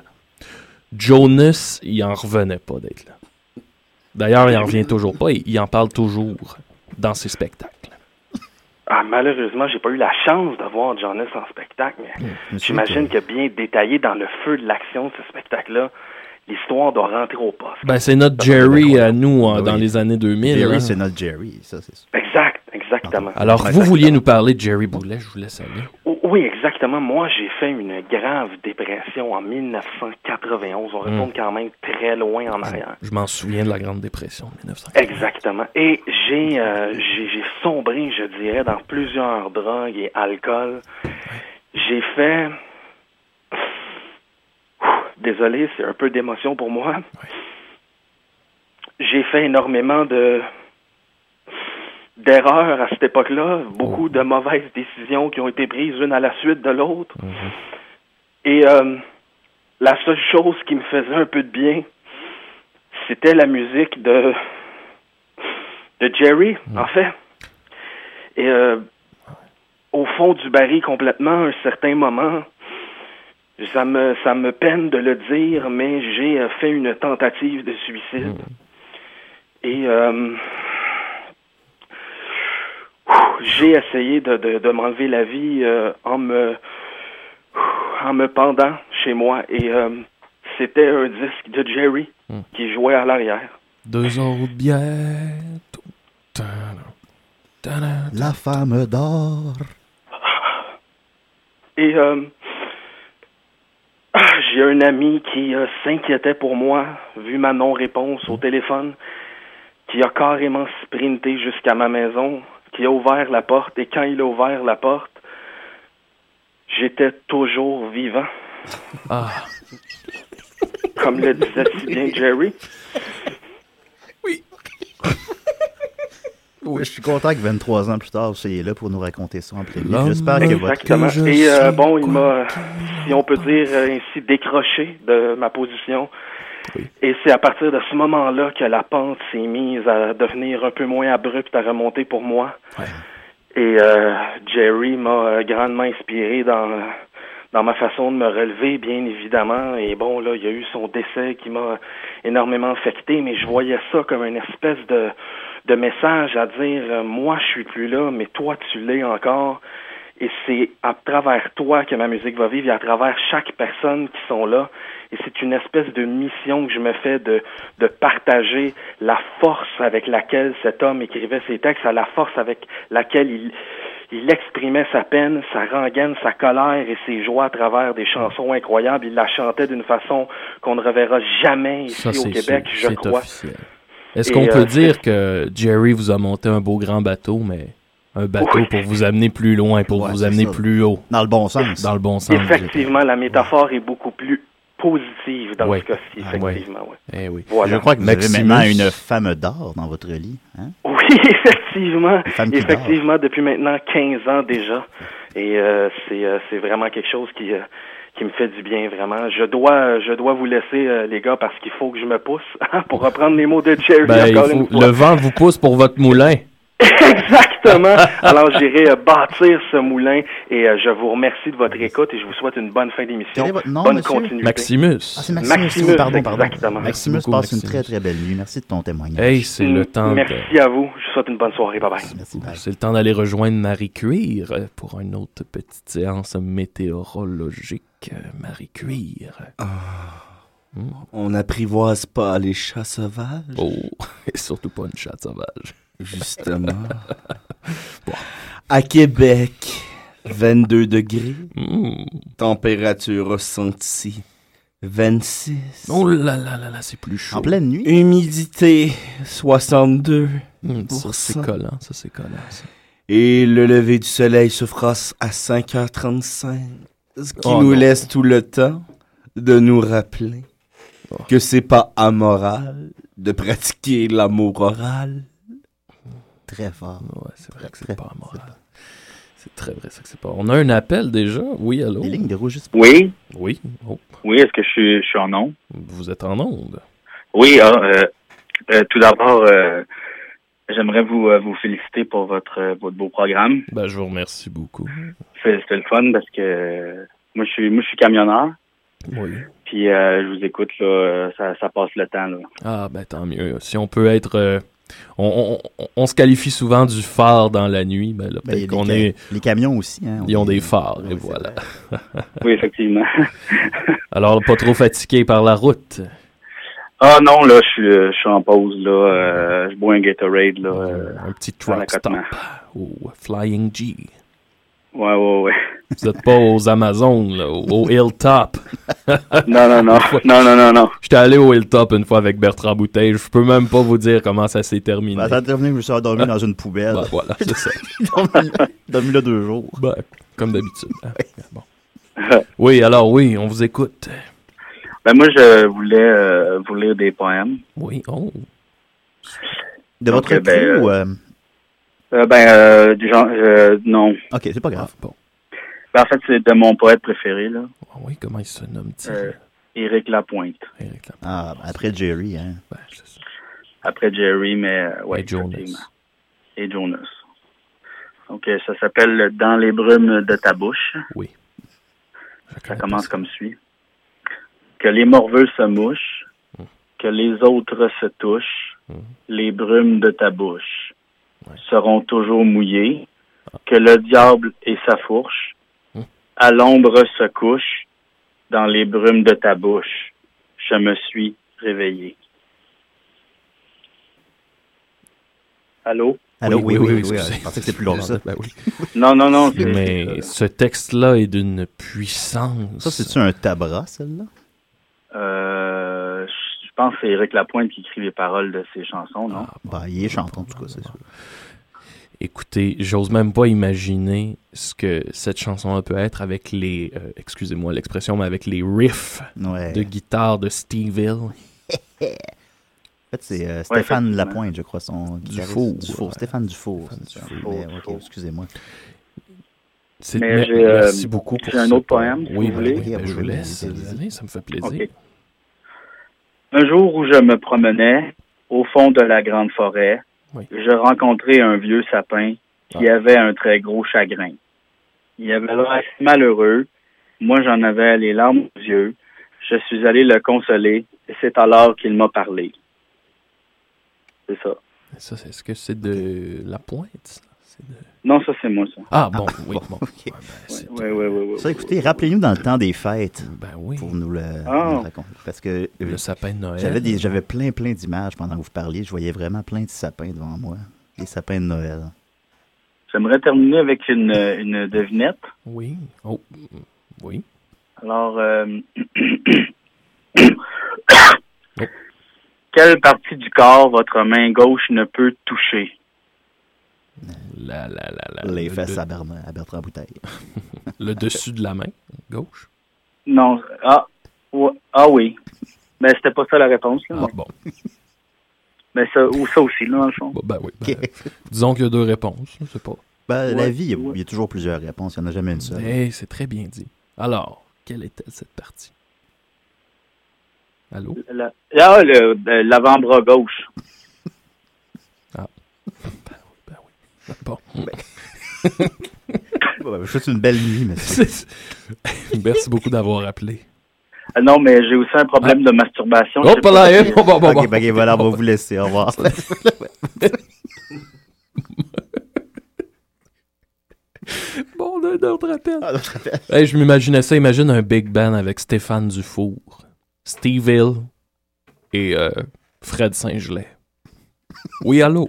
Jonas, il en revenait pas d'être là. D'ailleurs, il en revient toujours pas et il en parle toujours dans ses spectacles. Ah, malheureusement, j'ai pas eu la chance de voir Jonas en spectacle, mais Monsieur, j'imagine que- que bien détaillé dans le feu de l'action de ce spectacle-là, l'histoire doit rentrer au poste. Ben, c'est notre Jerry à nous hein, Ben dans oui. les années deux mille. Jerry, hein. c'est notre Jerry, ça, c'est ça. Exact, exactement. Alors, vous Exactement. vouliez nous parler de Jerry Boulet, je vous laisse aller. O- Oui, exactement. Moi, j'ai fait une grave dépression en dix-neuf cent quatre-vingt-onze. On retourne quand même très loin en arrière. Je m'en souviens de la Grande Dépression de dix-neuf cent. Exactement. Et j'ai, euh, j'ai, j'ai sombré, je dirais, dans plusieurs drogues et alcool. J'ai fait... Désolé, c'est un peu d'émotion pour moi. J'ai fait énormément de d'erreurs à cette époque-là, beaucoup de mauvaises décisions qui ont été prises l'une à la suite de l'autre. Et euh, la seule chose qui me faisait un peu de bien, c'était la musique de de Jerry, en fait. Et euh, au fond du baril complètement, à un certain moment, ça me ça me peine de le dire, mais j'ai euh, fait une tentative de suicide. Et euh, j'ai essayé de, de, de m'enlever la vie euh, en me en me pendant chez moi. Et euh, c'était un disque de Jerry Mm. qui jouait à l'arrière. Deux autres bières. Ta-da, ta-da. La femme d'or. Et euh, j'ai un ami qui euh, s'inquiétait pour moi, vu ma non-réponse au téléphone, qui a carrément sprinté jusqu'à ma maison, qui a ouvert la porte, et quand il a ouvert la porte, j'étais toujours vivant. Ah, Comme le disait si bien Jerry. Oui, je suis content que vingt-trois ans plus tard, vous soyez là pour nous raconter ça en plein milieu. L'homme J'espère que votre... Exactement. que je Et euh, suis bon, il quoi m'a, si on peut dire euh, ainsi, décroché de ma position. Et c'est à partir de ce moment-là que la pente s'est mise à devenir un peu moins abrupte, à remonter pour moi. Et euh, Jerry m'a euh, grandement inspiré dans dans ma façon de me relever, bien évidemment. Et bon, là, il y a eu son décès qui m'a énormément affecté, mais je voyais ça comme une espèce de de message à dire euh, moi je suis plus là, mais toi tu l'es encore. Et c'est à travers toi que ma musique va vivre, et à travers chaque personne qui sont là. Et c'est une espèce de mission que je me fais de de partager la force avec laquelle cet homme écrivait ses textes, à la force avec laquelle il il exprimait sa peine, sa rengaine, sa colère et ses joies à travers des chansons incroyables. Il la chantait d'une façon qu'on ne reverra jamais ici ça, au c'est Québec, sûr, je c'est crois. officiel. Est-ce Et, qu'on peut euh, dire c'est- que Jerry vous a monté un beau grand bateau, mais un bateau Oui. pour vous amener plus loin, pour Ouais, vous c'est amener ça. plus haut, Dans le bon sens. dans le bon sens? Effectivement, la métaphore est beaucoup plus positive dans Ouais. ce cas-ci, Ah, ouais. effectivement. Ouais. Eh oui. Voilà. Je crois que vous Maximus. avez maintenant une femme d'or dans votre lit. Hein? Oui, effectivement. femme qui Effectivement, depuis maintenant quinze ans déjà. Et euh, c'est euh, c'est vraiment quelque chose qui euh, qui me fait du bien, vraiment. Je dois je dois vous laisser, euh, les gars, parce qu'il faut que je me pousse, hein, pour reprendre les mots de Jerry Ben, il encore faut- une fois. le vent vous pousse pour votre moulin. Exactement. Alors, j'irai euh, bâtir ce moulin et euh, je vous remercie de votre écoute et je vous souhaite une bonne fin d'émission. Quel est votre nom, bonne monsieur? continuité. Maximus. Ah, c'est Maximus. Maximus, pardon, pardon. exactement. Maximus Merci passe beaucoup, une très Maximus. très belle nuit. Merci de ton témoignage. Hey, c'est le temps Merci de... à vous. Je vous souhaite une bonne soirée. Bye bye. Merci, bye. C'est le temps d'aller rejoindre Marie Cuir euh, pour une autre petite séance météorologique. Euh, Marie Cuir. Hmm. On n'apprivoise pas les chats sauvages. Oh, et surtout pas une chatte sauvage. Justement. Bon. À Québec, vingt-deux degrés. Hmm. Température ressentie, vingt-six. Oh là là là là, c'est plus chaud. En pleine nuit? Humidité, soixante-deux. Hmm, ça, c'est collant, ça, c'est collant. Ça. Et le lever du soleil se fera à cinq heures trente-cinq. Ce qui Oh nous non. laisse tout le temps de nous rappeler Oh. que c'est pas amoral de pratiquer l'amour oral. Très fort. Ouais, c'est vrai que c'est Très- pas moral. C'est très vrai ça que c'est pas. On a un appel déjà. Oui, allô? Les lignes de rouge juste Oui, Oui. Oh, oui, est-ce que je suis, je suis en onde? vous êtes en onde. Oui, ah, euh, euh, tout d'abord, euh, j'aimerais vous, euh, vous féliciter pour votre, euh, votre beau programme. Ben, je vous remercie beaucoup. C'est c'est le fun parce que euh, moi, je suis, moi, je suis camionneur. Oui. Puis euh, je vous écoute, là, euh, ça, ça passe le temps. Là. Ah, ben tant mieux. Si on peut être... euh, on, on, on se qualifie souvent du phare dans la nuit. Ben là, Ben, il y peut-être a qu'on des est... ca- Les camions aussi. Hein, Ils ont on des est- phares, Oui, et c'est voilà. vrai. Oui, effectivement. Alors, pas trop fatigué par la route. Ah non, là, je suis, euh, je suis en pause. Là, euh, je bois un Gatorade. Là, euh, Un petit à truck stop. l'accotement. Au Flying G. Ouais, ouais, ouais. Vous êtes pas aux Amazones, là, au, au Hilltop. Non, non, non. Non, non, non, non. J'étais allé au Hilltop une fois avec Bertrand Bouteille. Je peux même pas vous dire comment ça s'est terminé. Ben, ça a terminé que je me suis endormi dans une poubelle. Ben, voilà, c'est ça. dormi, dormi là deux jours. Ben, comme d'habitude. hein. Bon. Oui, alors oui, on vous écoute. Ben moi, je voulais euh, vous lire des poèmes. Oui, oh. De Donc, votre euh, ben, cru ou... euh, Euh, ben, euh, du genre, euh, non. Ok, c'est pas Ah, grave. bon. Ben, en fait, c'est de mon poète préféré, là. Ah oui, comment il se nomme-t-il? Euh, Éric Lapointe. Éric Lapointe. Ah, ben, après Jerry, hein. Ben, c'est ça. Après Jerry, mais euh, ouais, Et Jonas. effectivement. Et Jonas. Donc, euh, ça s'appelle Dans les brumes de ta bouche. Oui. Je Ça connais commence pas comme suit. Que les morveux se mouchent, Mm. que les autres se touchent, Mm. les brumes de ta bouche Ouais. seront toujours mouillées, que le diable et sa fourche, Mm. à l'ombre se couche, dans les brumes de ta bouche, je me suis réveillé. Allô? Allô, oui, oui, oui, oui, excusez. je pensais que c'était plus long que ça. Ben oui. Non, non, non. c'est- Mais ce texte-là est d'une puissance. Ça, c'est-tu un tabra, celle-là? Euh, je pense que c'est Éric Lapointe qui écrit les paroles de ses chansons, non? Ah, Ben, il est chantant, en tout cas, c'est sûr. Écoutez, j'ose même pas imaginer ce que cette chanson peut être avec les, euh, excusez-moi l'expression, mais avec les riffs Ouais. de guitare de Steve Hill. En fait, c'est euh, Stéphane effectivement. Lapointe, je crois, son guitariste. Dufour, Dufour, ouais. Stéphane Dufour. Stéphane c'est ça. Dufour, Mais, ok, Dufour. excusez-moi. C'est- Mais mais- j'ai, euh, merci beaucoup pour j'ai un ce autre poème, si Oui, vous ben voulez. oui, ben Oui, je vous oui, laisse. allez-y, allez-y. Allez, ça me fait plaisir. Ok. Un jour où je me promenais au fond de la grande forêt, Oui. je rencontrai un vieux sapin qui avait un très gros chagrin. Il avait l'air assez malheureux. Moi, j'en avais les larmes aux yeux. Je suis allé le consoler et c'est alors qu'il m'a parlé. C'est ça. Ça, c'est- est-ce que c'est de la pointe? ça? C'est de- Non, ça, c'est moi, ça. Ah, bon, oui, bon. ok. Ouais, ben, c'est- Oui, oui, oui. oui, Ça, écoutez, rappelez-nous dans le temps des fêtes Ben oui, pour nous le, Ah. nous le raconter. Parce que euh, le sapin de Noël. j'avais des, j'avais plein, plein d'images pendant que vous parliez. Je voyais vraiment plein de sapins devant moi. Des sapins de Noël. J'aimerais terminer avec une, une devinette. Oui. Oh, oui. Alors, euh... quelle partie du corps votre main gauche ne peut toucher? La, la, la, la, Les le, fesses de- à, Bernard, à Bertrand Bouteille. le dessus de la main gauche. Non. Ah, ouais, ah oui. Mais c'était pas ça la réponse. Là. Ah, bon. Mais ça, ou ça aussi, là, dans le fond. Bon, ben oui. ben, disons qu'il y a deux réponses. Je sais pas. Ben, la Ouais, vie, il y, a, ouais. il y a toujours plusieurs réponses. Il n'y en a jamais une seule. Mais c'est très bien dit. Alors, quelle est-elle cette partie? Allô? La- ah, le- euh, l'avant-bras gauche. Ben oui, ben oui. Bon. Ben... bon, je souhaite une belle nuit, monsieur. Merci beaucoup d'avoir appelé. Ah non, mais j'ai aussi un problème ah. de masturbation. Oh, pas là, hein? Bon, bon, bon. Ok, ben, voilà, on va vous laisser. Au revoir. Bon, on a un autre appel. Ah, notre appel. Hey, je m'imaginais ça. Imagine un big band avec Stéphane Dufour, Steve Hill et euh, Fred Saint-Gelais. Oui, allô?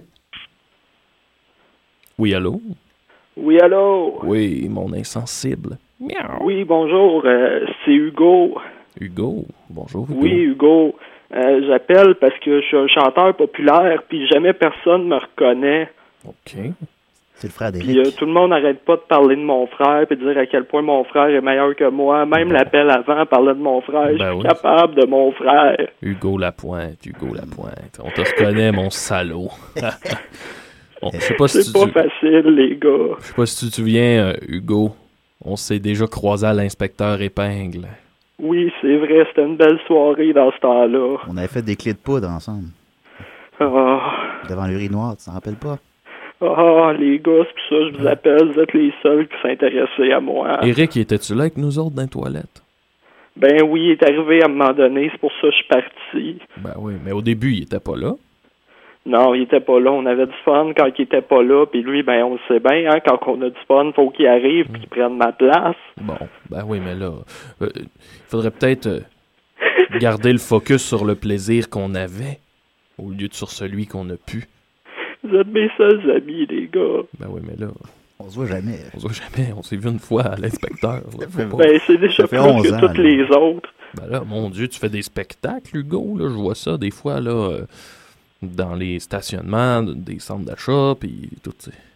Oui, allô? Oui, allô? Oui, mon insensible. Miaou. Oui, bonjour, euh, c'est Hugo. Hugo? Bonjour, Hugo. Oui, Hugo. Euh, j'appelle parce que je suis un chanteur populaire, puis jamais personne me reconnaît. OK. C'est le frère d'Éric. Puis euh, tout le monde n'arrête pas de parler de mon frère, puis de dire à quel point mon frère est meilleur que moi. Même l'appel avant parlait de mon frère. Ben je suis oui. capable de mon frère. Hugo Lapointe, Hugo Lapointe. On te reconnaît, mon salaud. Bon, je sais pas si c'est pas tu... facile, les gars. Je sais pas si tu te souviens, euh, Hugo. On s'est déjà croisé à l'inspecteur Épingle. Oui, c'est vrai, c'était une belle soirée dans ce temps-là. On avait fait des clés de poudre ensemble. Oh. Devant l'urinoir, tu t'en rappelles pas? Ah, oh, les gars, c'est pour ça que je vous appelle, vous êtes les seuls qui s'intéressaient à moi. Éric, étais-tu là avec nous autres dans les toilettes? Ben oui, il est arrivé à un moment donné, c'est pour ça que je suis parti. Ben oui, mais au début, il était pas là. Non, il était pas là. On avait du fun quand il était pas là, puis lui, ben on le sait bien, hein, quand on a du fun, faut qu'il arrive puis qu'il prenne ma place. Bon, ben oui, mais là, il euh, faudrait peut-être euh, garder le focus sur le plaisir qu'on avait, au lieu de sur celui qu'on a pu. Vous êtes mes seuls amis, les gars. Ben oui, mais là... On se voit jamais. On se voit jamais. On s'est vu une fois à l'inspecteur. Là, ben, c'est déjà plus que ans, toutes là. Les autres. Ben là, mon Dieu, tu fais des spectacles, Hugo, là, je vois ça des fois, là... Euh, dans les stationnements des centres d'achat, puis tout, tu sais.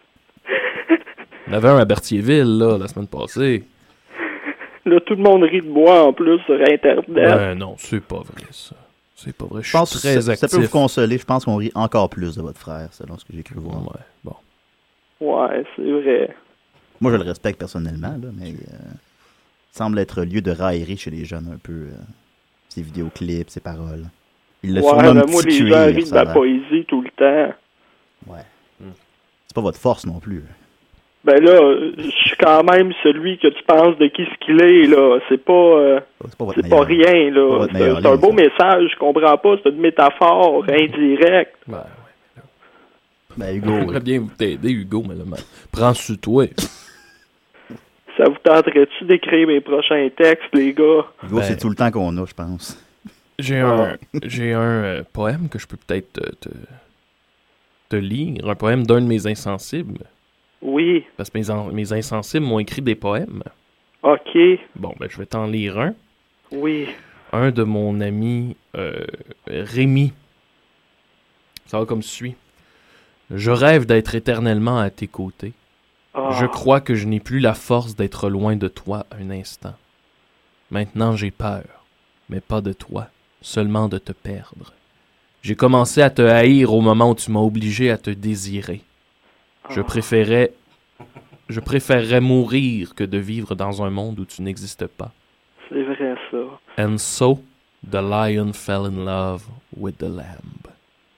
On avait un à Berthierville, là, la semaine passée. Là, tout le monde rit de moi, en plus, sur Internet. Ben non, c'est pas vrai, ça. C'est pas vrai, je, je pense suis très que ça, actif. Ça peut vous consoler, je pense qu'on rit encore plus de votre frère, selon ce que j'ai cru voir. Ouais, bon. Ouais, c'est vrai. Moi, je le respecte personnellement, là, mais euh, il semble être lieu de raillerie chez les jeunes, un peu. Euh, ses vidéoclips, ses paroles. Il le ouais, ben moi, les gens rient de la poésie tout le temps. Ouais. Mm. C'est pas votre force non plus. Ben là, je suis quand même celui que tu penses de qui ce qu'il est, là. C'est pas... Euh, c'est pas, c'est pas rien, là. C'est, c'est un beau ça. Message, je comprends pas. C'est une métaphore indirecte. Ben, ouais. Ben, Hugo... J'aimerais bien vous t'aider, Hugo, mais là, ben, prends sur toi. Ça vous tenterait-tu d'écrire mes prochains textes, les gars? Hugo, ben, c'est tout le temps qu'on a, je pense. J'ai un, j'ai un euh, poème que je peux peut-être te, te, te lire, un poème d'un de mes insensibles. Oui. Parce que mes, en, mes insensibles m'ont écrit des poèmes. OK. Bon, ben je vais t'en lire un. Oui. Un de mon ami euh, Rémi. Ça va comme suit. Je rêve d'être éternellement à tes côtés. Oh. Je crois que je n'ai plus la force d'être loin de toi un instant. Maintenant j'ai peur, mais pas de toi. Seulement de te perdre. J'ai commencé à te haïr au moment où tu m'as obligé à te désirer. Je préférais, je préférerais mourir que de vivre dans un monde où tu n'existes pas. C'est vrai, ça. And so, the lion fell in love with the lamb.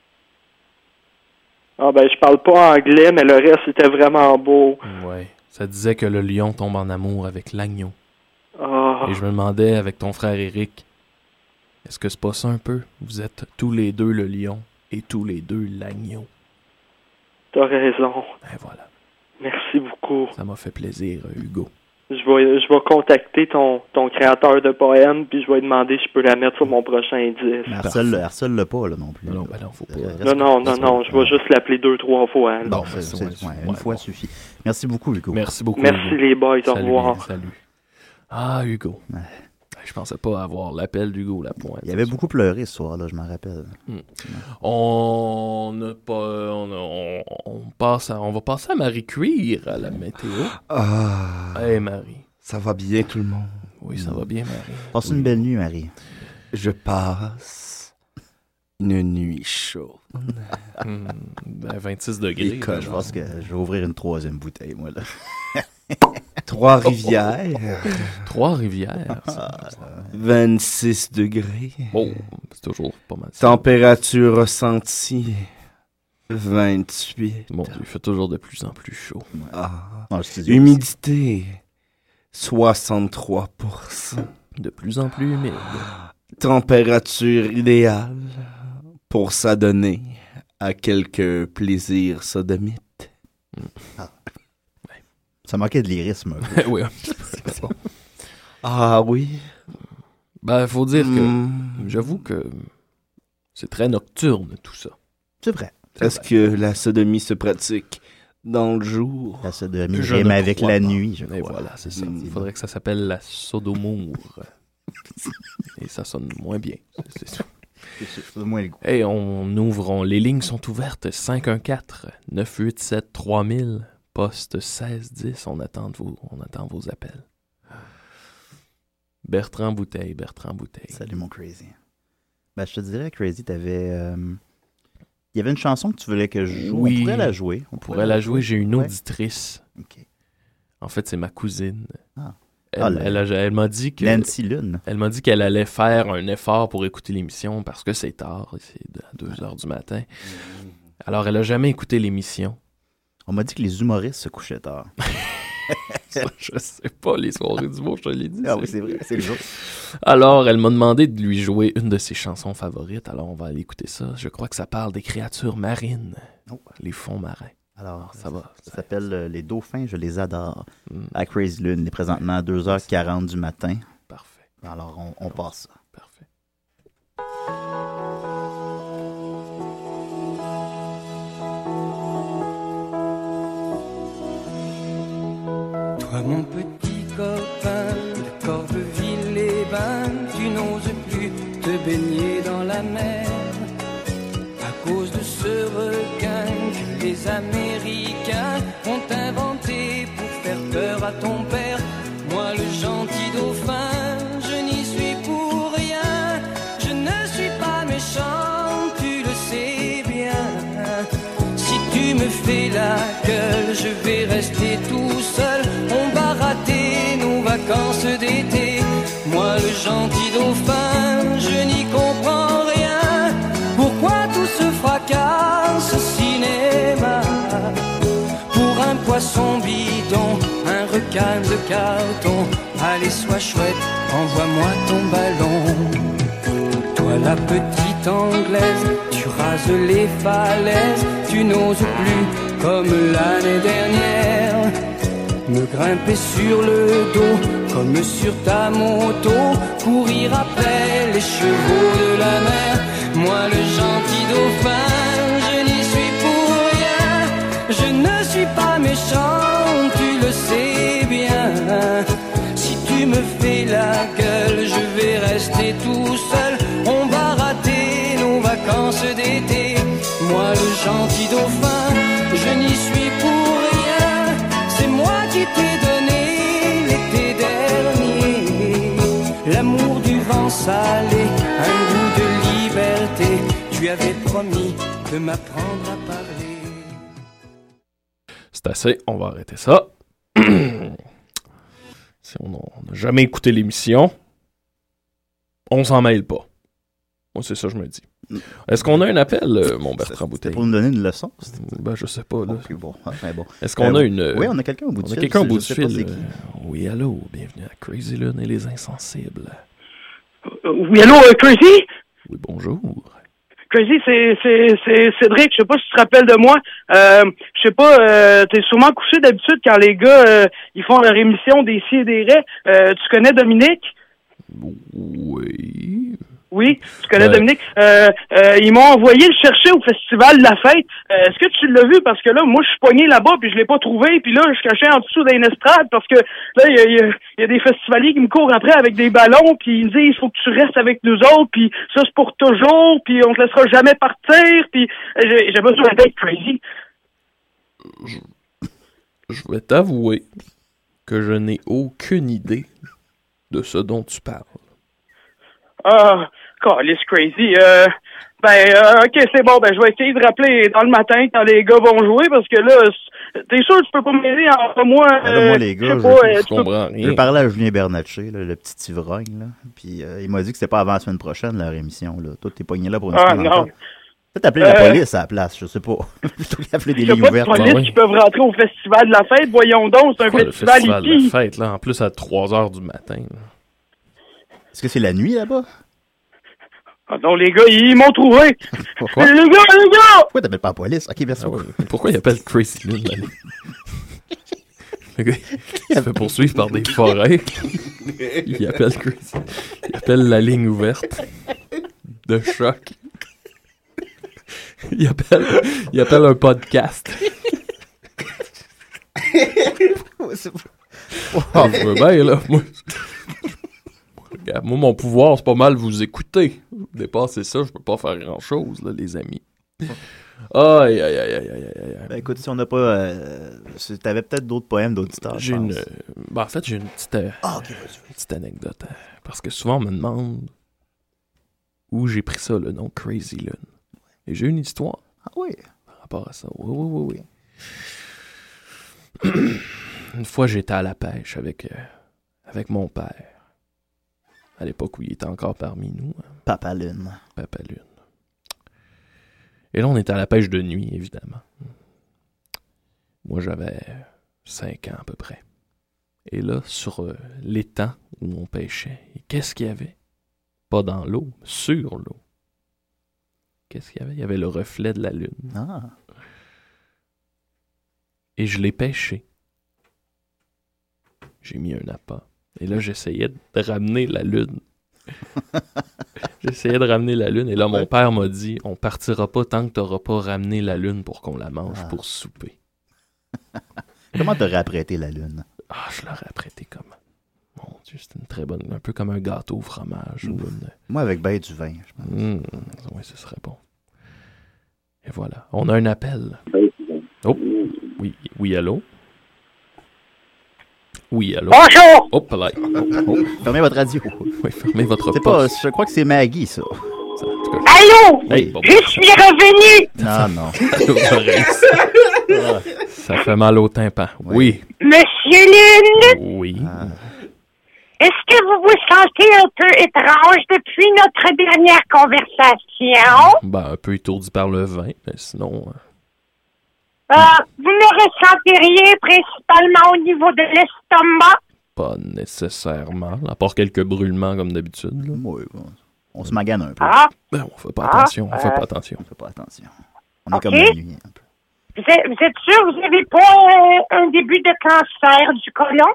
Ah ben, je parle pas anglais, mais le reste était vraiment beau. Ouais, ça disait que le lion tombe en amour avec l'agneau. Oh. Et je me demandais, avec ton frère Éric, est-ce que c'est pas ça un peu? Vous êtes tous les deux le lion et tous les deux l'agneau. T'as raison. Ben voilà. Merci beaucoup. Ça m'a fait plaisir, Hugo. Je vais, je vais contacter ton, ton créateur de poèmes, puis je vais lui demander si je peux la mettre sur mon prochain disque. Harcèle-le, harcèle-le pas, là, non plus. Non, ben non, faut pas. Non, non, non, non, je vais juste l'appeler deux, trois fois. Là. Bon, c'est, c'est, c'est, ouais, une ouais, fois bon. Suffit. Merci beaucoup, Hugo. Merci beaucoup, Merci, Hugo. les boys, au salut, revoir. Salut. Ah, Hugo. Ouais. Je pensais pas avoir l'appel d'Hugo Lapointe. Il avait beaucoup pleuré ce soir-là, je m'en rappelle. Hmm. On n'a pas, on, on, on passe, à, on va passer à Marie Cuire à la météo. Ah. Hey Marie. Ça va bien tout le monde. Oui, ça va bien Marie. Passe oui. une belle nuit, Marie. Je passe une nuit chaude. hmm. Ben, vingt-six degrés. Écoute, je pense que je vais ouvrir une troisième bouteille, moi là. Trois-Rivières. Trois-Rivières. Ah, vingt-six degrés. Oh, c'est toujours pas mal. Température ressentie vingt-huit. Bon, il fait toujours de plus en plus chaud. Ah. Non, le studio Humidité, soixante-trois pour cent. De plus en plus humide. Température idéale pour s'adonner à quelques plaisirs sodomites. Ah. Ça manquait de lyrisme. Oui, un petit peu. Bon. Ah oui? Ben, faut dire que Mm. j'avoue que c'est très nocturne tout ça. C'est vrai. Est-ce que la sodomie se pratique dans le jour? La sodomie Je rime ne avec crois la pas. nuit, je Et crois. voilà, c'est ça. Mm. Il faudrait que ça s'appelle la sodomour. Et ça sonne moins bien. C'est, c'est... C'est moins le goût. Hey, on ouvre, on- les lignes sont ouvertes. cinq un quatre, neuf huit sept, trois mille, poste seize dix. On attend, de vos, on attend vos appels. Bertrand Bouteille, Bertrand Bouteille. Salut mon Crazy. Ben, je te dirais, Crazy, t'avais... euh, Il y avait une chanson que tu voulais que je joue. Oui, On pourrait la jouer. On pourrait la jouer. J'ai une Ouais. auditrice. Ok. En fait, c'est ma cousine. Ah. Elle, Ah, la- elle a- elle m'a dit que... Nancy Lune. Elle m'a dit qu'elle allait faire un effort pour écouter l'émission parce que c'est tard, c'est à deux heures du matin. Alors, elle a jamais écouté l'émission. On m'a dit que les humoristes se couchaient tard. Ça, je sais pas, les soirées d'humour, je te l'ai dit. Ah oui, c'est vrai, c'est le jour. Alors, elle m'a demandé de lui jouer une de ses chansons favorites. Alors, on va aller écouter ça. Je crois que ça parle des créatures marines, Oh. les fonds marins. Alors, ça va. Ça s'appelle euh, Les Dauphins, je les adore. Mm. À Crazy Lune, il est présentement à deux heures quarante du matin. Parfait. Alors, on, on passe ça. Parfait. Toi mon petit copain de Corbeuville-les-Bains, tu n'oses plus te baigner dans la mer à cause de ce requin que les Américains ont inventé pour faire peur à ton père. Moi le gentil dauphin, je n'y suis pour rien, je ne suis pas méchant, tu le sais bien. Si tu me fais la gueule, je vais rester tout seul. On va rater nos vacances d'été. Moi, le gentil dauphin, je n'y comprends rien. Pourquoi tout ce fracas, ce cinéma? Pour un poisson bidon, un requin de carton. Allez, sois chouette, envoie-moi ton ballon. Toi la petite anglaise, tu rases les falaises, tu n'oses plus comme l'année dernière me grimper sur le dos comme sur ta moto, courir après les chevaux de la mer. Moi le gentil dauphin, je n'y suis pour rien, je ne suis pas méchant, tu le sais bien. Si tu me fais la gueule, je vais rester tout seul. On va rater nos vacances d'été. Moi le gentil dauphin, je n'y suis pour rien. C'est moi qui t'ai donné l'été dernier l'amour du vent salé, un goût de liberté. Tu avais promis de m'apprendre à parler. C'est assez, on va arrêter ça. Si on n'a jamais écouté l'émission, on s'en mêle pas. Moi, c'est ça que je me dis. Est-ce qu'on a un appel, euh, mon Bertrand Bouteille? C'était pour nous donner une leçon? Ben, je sais pas. Là. Okay, bon. Ah, ben bon. Est-ce qu'on euh, a une... Oui, on a quelqu'un au bout on du a fil. quelqu'un au bout du Je sais pas fil. c'est qui. euh, Oui, allô, bienvenue à Crazy Lune et les Insensibles. Euh, oui, allô, euh, Crazy? Oui, bonjour. Crazy, c'est, c'est, c'est Cédric. Je sais pas si tu te rappelles de moi. Euh, je sais pas, euh, t'es sûrement couché d'habitude quand les gars, euh, ils font leur émission des si et des raies. Euh, tu connais Dominique? Oui. Oui, tu connais Ouais. Dominique. Euh, euh, ils m'ont envoyé le chercher au festival de la fête. Euh, est-ce que tu l'as vu? Parce que là, moi, je suis pogné là-bas, puis je l'ai pas trouvé. Puis là, je suis caché en dessous d'une estrade parce que là, il y a, il y, a, il y a des festivaliers qui me courent après avec des ballons, puis ils me disent, il faut que tu restes avec nous autres, puis ça, c'est pour toujours, puis on te laissera jamais partir, puis euh, j'ai, j'ai besoin d'être Crazy. Je vais t'avouer que je n'ai aucune idée de ce dont tu parles. Ah, calice Crazy. Euh, ben, euh, ok, c'est bon. Ben, je vais essayer de rappeler dans le matin quand les gars vont jouer parce que là, c'est- t'es sûr que tu peux pas m'aider entre moi. Alors, moi, les gars, je je, sais pas, euh, je, tu peux- je parlais à Julien Bernatchez, là, le petit ivrogne, là, puis euh, il m'a dit que c'était pas avant la semaine prochaine, leur émission. Là. Toi, t'es pogné là pour une Ah, semaine non. encore. Peut-être appeler la euh... police à la place, je sais pas. Plutôt qu'appeler des lignes ouvertes. Il y a pas de police qui peuvent rentrer au festival de la fête, voyons donc, c'est un Quoi, festival, le festival ici. de la fête, là, en plus à trois heures du matin. Là. Est-ce que c'est la nuit là-bas? Ah non, les gars, ils m'ont trouvé! Pourquoi? Les gars, les gars! Pourquoi t'appelles pas la police? Ok, merci. Ah ouais. Pourquoi il appelle Crazy Lune, là? Le gars, il se fait poursuivre par des forêts. Il appelle Crazy. Il appelle la ligne ouverte de choc. Il appelle, il appelle un podcast. C'est... Oh, je veux bien, là. Moi, regarde, moi, mon pouvoir, c'est pas mal vous écouter. Dépasser ça, je peux pas faire grand-chose, là, les amis. Aïe, aïe, aïe, aïe, aïe, aïe. Ben écoute, si on n'a pas... Euh, t'avais peut-être d'autres poèmes d'auditeurs, J'ai une... Euh, ben, en fait, j'ai une petite... Euh, ah, ok, une petite anecdote. Euh, parce que souvent, on me demande où j'ai pris ça, le nom Crazy Lune. Et j'ai une histoire. Ah oui? Par rapport à ça. Oui, oui, oui, oui. Une fois, j'étais à la pêche avec, euh, avec mon père. À l'époque où il était encore parmi nous. Hein. Papa Lune. Papa Lune. Et là, on était à la pêche de nuit, évidemment. Moi, j'avais cinq ans à peu près. Et là, sur euh, l'étang où on pêchait, et qu'est-ce qu'il y avait? Pas dans l'eau, sur l'eau. Qu'est-ce qu'il y avait? Il y avait le reflet de la lune. Ah. Et je l'ai pêché. J'ai mis un appât. Et là, j'essayais de ramener la lune. J'essayais de ramener la lune. Et là, mon père m'a dit, on partira pas tant que t'auras pas ramené la lune pour qu'on la mange ah. pour souper. Comment t'aurais apprêté la lune? Ah, je l'aurais apprêté comme... Mon Dieu, c'était une très bonne... Un peu comme un gâteau au fromage. Mmh. Ou une... Moi, avec ben du vin, je pense. Mmh. Oui, ce serait bon. Et voilà. On a un appel. Oh, oui, oui, allô? Oui, allô? Bonjour! Oh, là. Oh, oh. Fermez votre radio. Oui, fermez votre c'est poste. Pas, je crois que c'est Maggie, ça. ça Allô? Hey, bon, je bon. suis revenu! Non, non. Ça fait mal au tympan. Oui. Monsieur Lune? Oui. Ah. Est-ce que vous vous sentez un peu étrange depuis notre dernière conversation? Ben, un peu étourdi par le vin, mais sinon... Euh... Euh, vous ne ressentez rien, principalement au niveau de l'estomac? Pas nécessairement, à part quelques brûlements comme d'habitude. Là. Oui, bon. On se magane un peu. Ah. Ben, on fait pas attention, ah. on fait pas attention. On fait pas attention. On est okay. comme la nuit, un peu. Vous êtes, vous êtes sûr que vous n'avez pas euh, un début de cancer du côlon?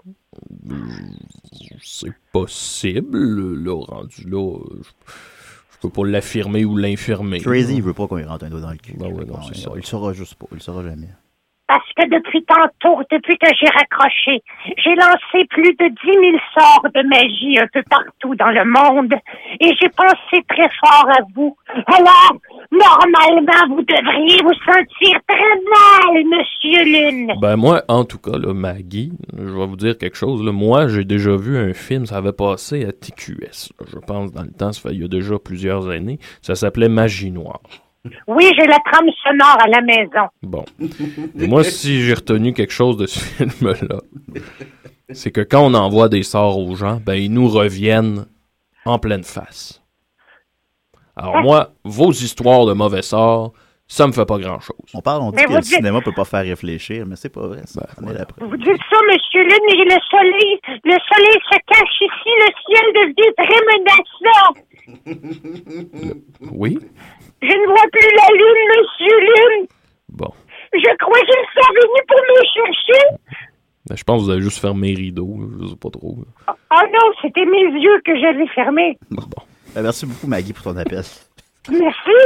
C'est possible, là, rendu là. Je, je peux pas l'affirmer ou l'infirmer. Crazy, il veut pas qu'on lui rentre un doigt dans le cul. Ben ouais, non, non, c'est il, ça. Il le saura juste pas, il le saura jamais. Parce que depuis tantôt, depuis que j'ai raccroché, j'ai lancé plus de dix mille sorts de magie un peu partout dans le monde et j'ai pensé très fort à vous. Alors, normalement, vous devriez vous sentir très mal, Monsieur Lune. Ben moi, en tout cas, là, Maggie, je vais vous dire quelque chose. Là. Moi, j'ai déjà vu un film, ça avait passé à T Q S. Là, je pense dans le temps, ça fait il y a déjà plusieurs années. Ça s'appelait Magie Noire. Oui, j'ai la trame sonore à la maison. Bon. Et moi, si j'ai retenu quelque chose de ce film-là, c'est que quand on envoie des sorts aux gens, ben ils nous reviennent en pleine face. Alors moi, vos histoires de mauvais sorts, ça me fait pas grand-chose. On parle, on dit mais que le dites... cinéma peut pas faire réfléchir, mais c'est pas vrai. Ça. Ben, voilà. Vous dites ça, Monsieur Lune, mais le soleil, le soleil se cache ici, le ciel devient très menaçant. Le... Oui? Je ne vois plus la lune, Monsieur Lune. Bon. Je crois qu'ils sont venus pour me chercher. Ben, je pense que vous avez juste fermé les rideaux. Je sais pas trop. Oh, oh non, c'était mes yeux que j'avais fermés. Bon. Ben, merci beaucoup, Maggie, pour ton appel. Merci.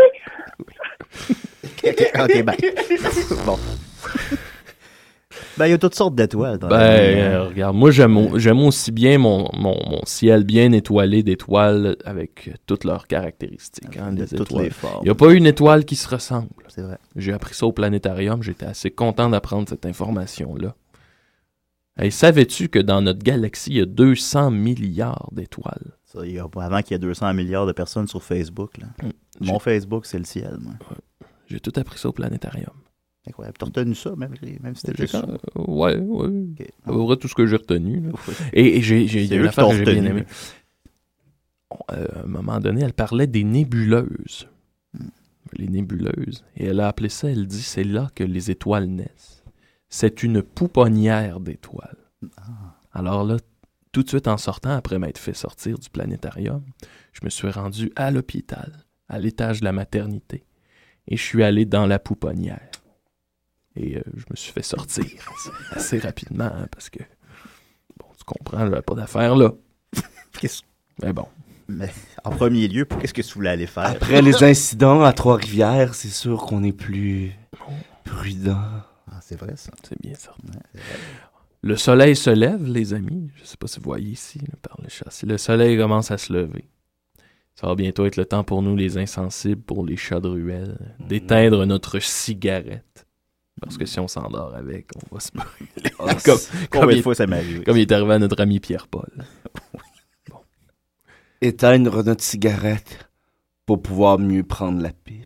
ok, ok, ben. Bon. Ben, il y a toutes sortes d'étoiles. Dans ben, euh, regarde, moi, j'aime, j'aime aussi bien mon, mon, mon ciel bien étoilé d'étoiles avec toutes leurs caractéristiques. Hein, les toutes étoiles. les formes. Il n'y a pas une étoile qui se ressemble. C'est vrai. J'ai appris ça au planétarium. J'étais assez content d'apprendre cette information-là. Hey, savais-tu que dans notre galaxie, il y a deux cents milliards d'étoiles? Ça, il y a, avant qu'il y ait deux cents milliards de personnes sur Facebook. Là. Mmh. Mon J'ai... Facebook, c'est le ciel. Moi. Ouais. J'ai tout appris ça au planétarium. Incroyable. T'as retenu ça, même, même si c'était juste ça? Euh, ouais, ouais. Okay. C'est vrai tout ce que j'ai retenu. Là. Et, et j'ai, j'ai, il y a une affaire que j'ai bien aimée. Euh, à un moment donné, elle parlait des nébuleuses. Hmm. les nébuleuses. Et elle a appelé ça, elle dit, c'est là que les étoiles naissent. C'est une pouponnière d'étoiles. Ah. Alors là, tout de suite en sortant, après m'être fait sortir du planétarium, je me suis rendu à l'hôpital, à l'étage de la maternité, et je suis allé dans la pouponnière. Et euh, je me suis fait sortir assez, assez rapidement, hein, parce que, bon, tu comprends, j'avais pas d'affaires là. Qu'est-ce... Mais bon. Mais en premier lieu, qu'est-ce que tu voulais aller faire? Après les incidents à Trois-Rivières, c'est sûr qu'on est plus prudent. Ah, c'est vrai ça. C'est bien ça. Ouais, c'est vrai. Le soleil se lève, les amis. Je sais pas si vous voyez ici, là, par le châssis. Le soleil commence à se lever. Ça va bientôt être le temps pour nous, les insensibles, pour les chats de ruelle, d'éteindre notre cigarette. Parce que si on s'endort avec, on va se brûler. Oh, comme, combien de fois ça m'arrive? Comme il est arrivé à notre ami Pierre-Paul. Bon. Éteindre notre cigarette pour pouvoir mieux prendre la pipe.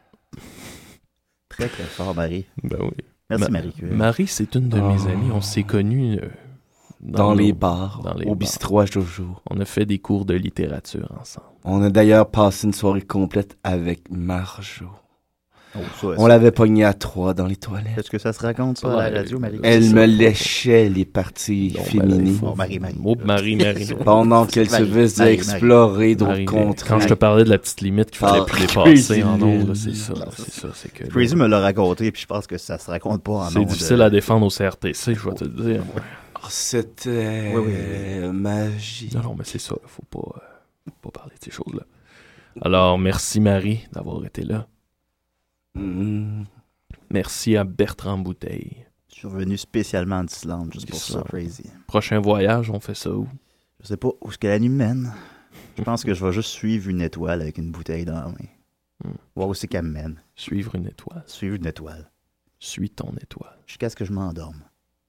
Très, très fort, Marie. Ben oui. Merci, Ma- Marie. Marie, c'est une de oh. mes amies. On s'est connus euh, dans, dans les nos, bars, dans les au bars. bistrot à Jojo. On a fait des cours de littérature ensemble. On a d'ailleurs passé une soirée complète avec Marjo. Oh, ça, on ça. l'avait pogné à trois dans les toilettes. Est-ce que ça se raconte, ça, ouais, à la radio, Marie? Elle ça, me léchait les parties bon, féminines. Ben, Marie, Marie. Oh, Marie, Marie. Pendant qu'elle se faisait explorer d'autres contrées. Quand je te parlais de la petite limite qu'il fallait ah, plus dépasser en ondes, c'est ça. C'est ça, c'est que... Crazy me l'a raconté, puis je pense que ça se raconte pas en C'est ondes. difficile à défendre au C R T C, je vais te le dire. Oh, c'était oui, oui, oui. magie. Non, non, mais c'est ça. Faut pas, euh, faut pas parler de ces choses-là. Alors, merci Marie d'avoir été là. Mm. Merci à Bertrand Bouteille. Je suis revenu spécialement d'Islande juste pour ça, Crazy. Prochain voyage, on fait ça où? Je sais pas où est-ce que la nuit mène. Je pense que je vais juste suivre une étoile avec une bouteille dans la main. Mm. Voir où c'est qu'elle me mène. Suivre une étoile. Suivre une étoile. Suis ton étoile. Jusqu'à ce que je m'endorme.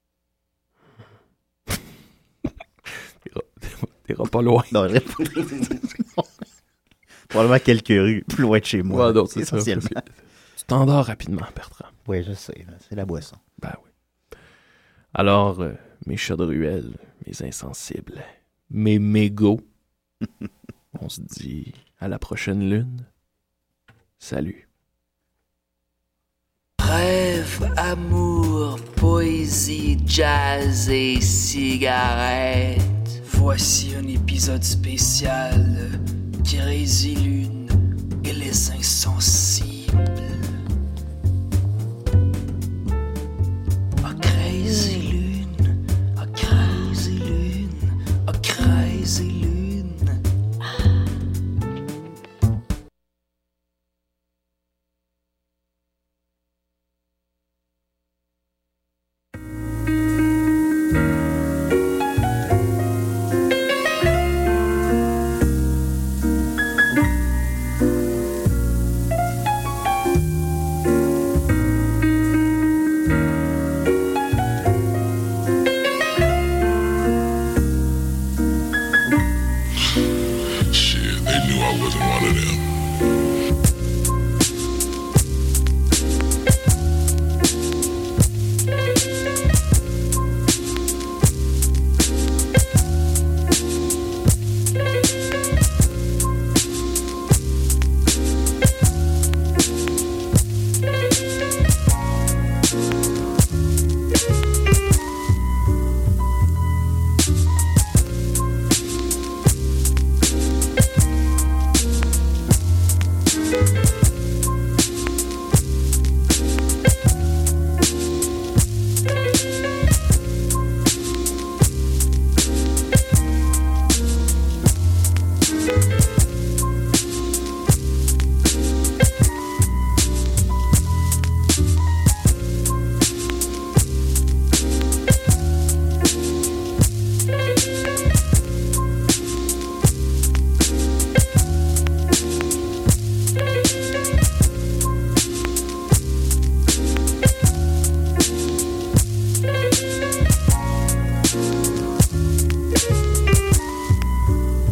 T'iras pas loin. Non, je probablement quelques rues plus loin de chez moi. Ouais, donc, c'est essentiellement. Ça, tu t'endors rapidement, Bertrand. Oui, je sais. C'est la boisson. Ben oui. Alors, euh, mes chats de ruelle, mes insensibles, mes mégos, on se dit à la prochaine lune. Salut. Rêve, amour, poésie, jazz et cigarette. Voici un épisode spécial Crazy Lune et les insensibles.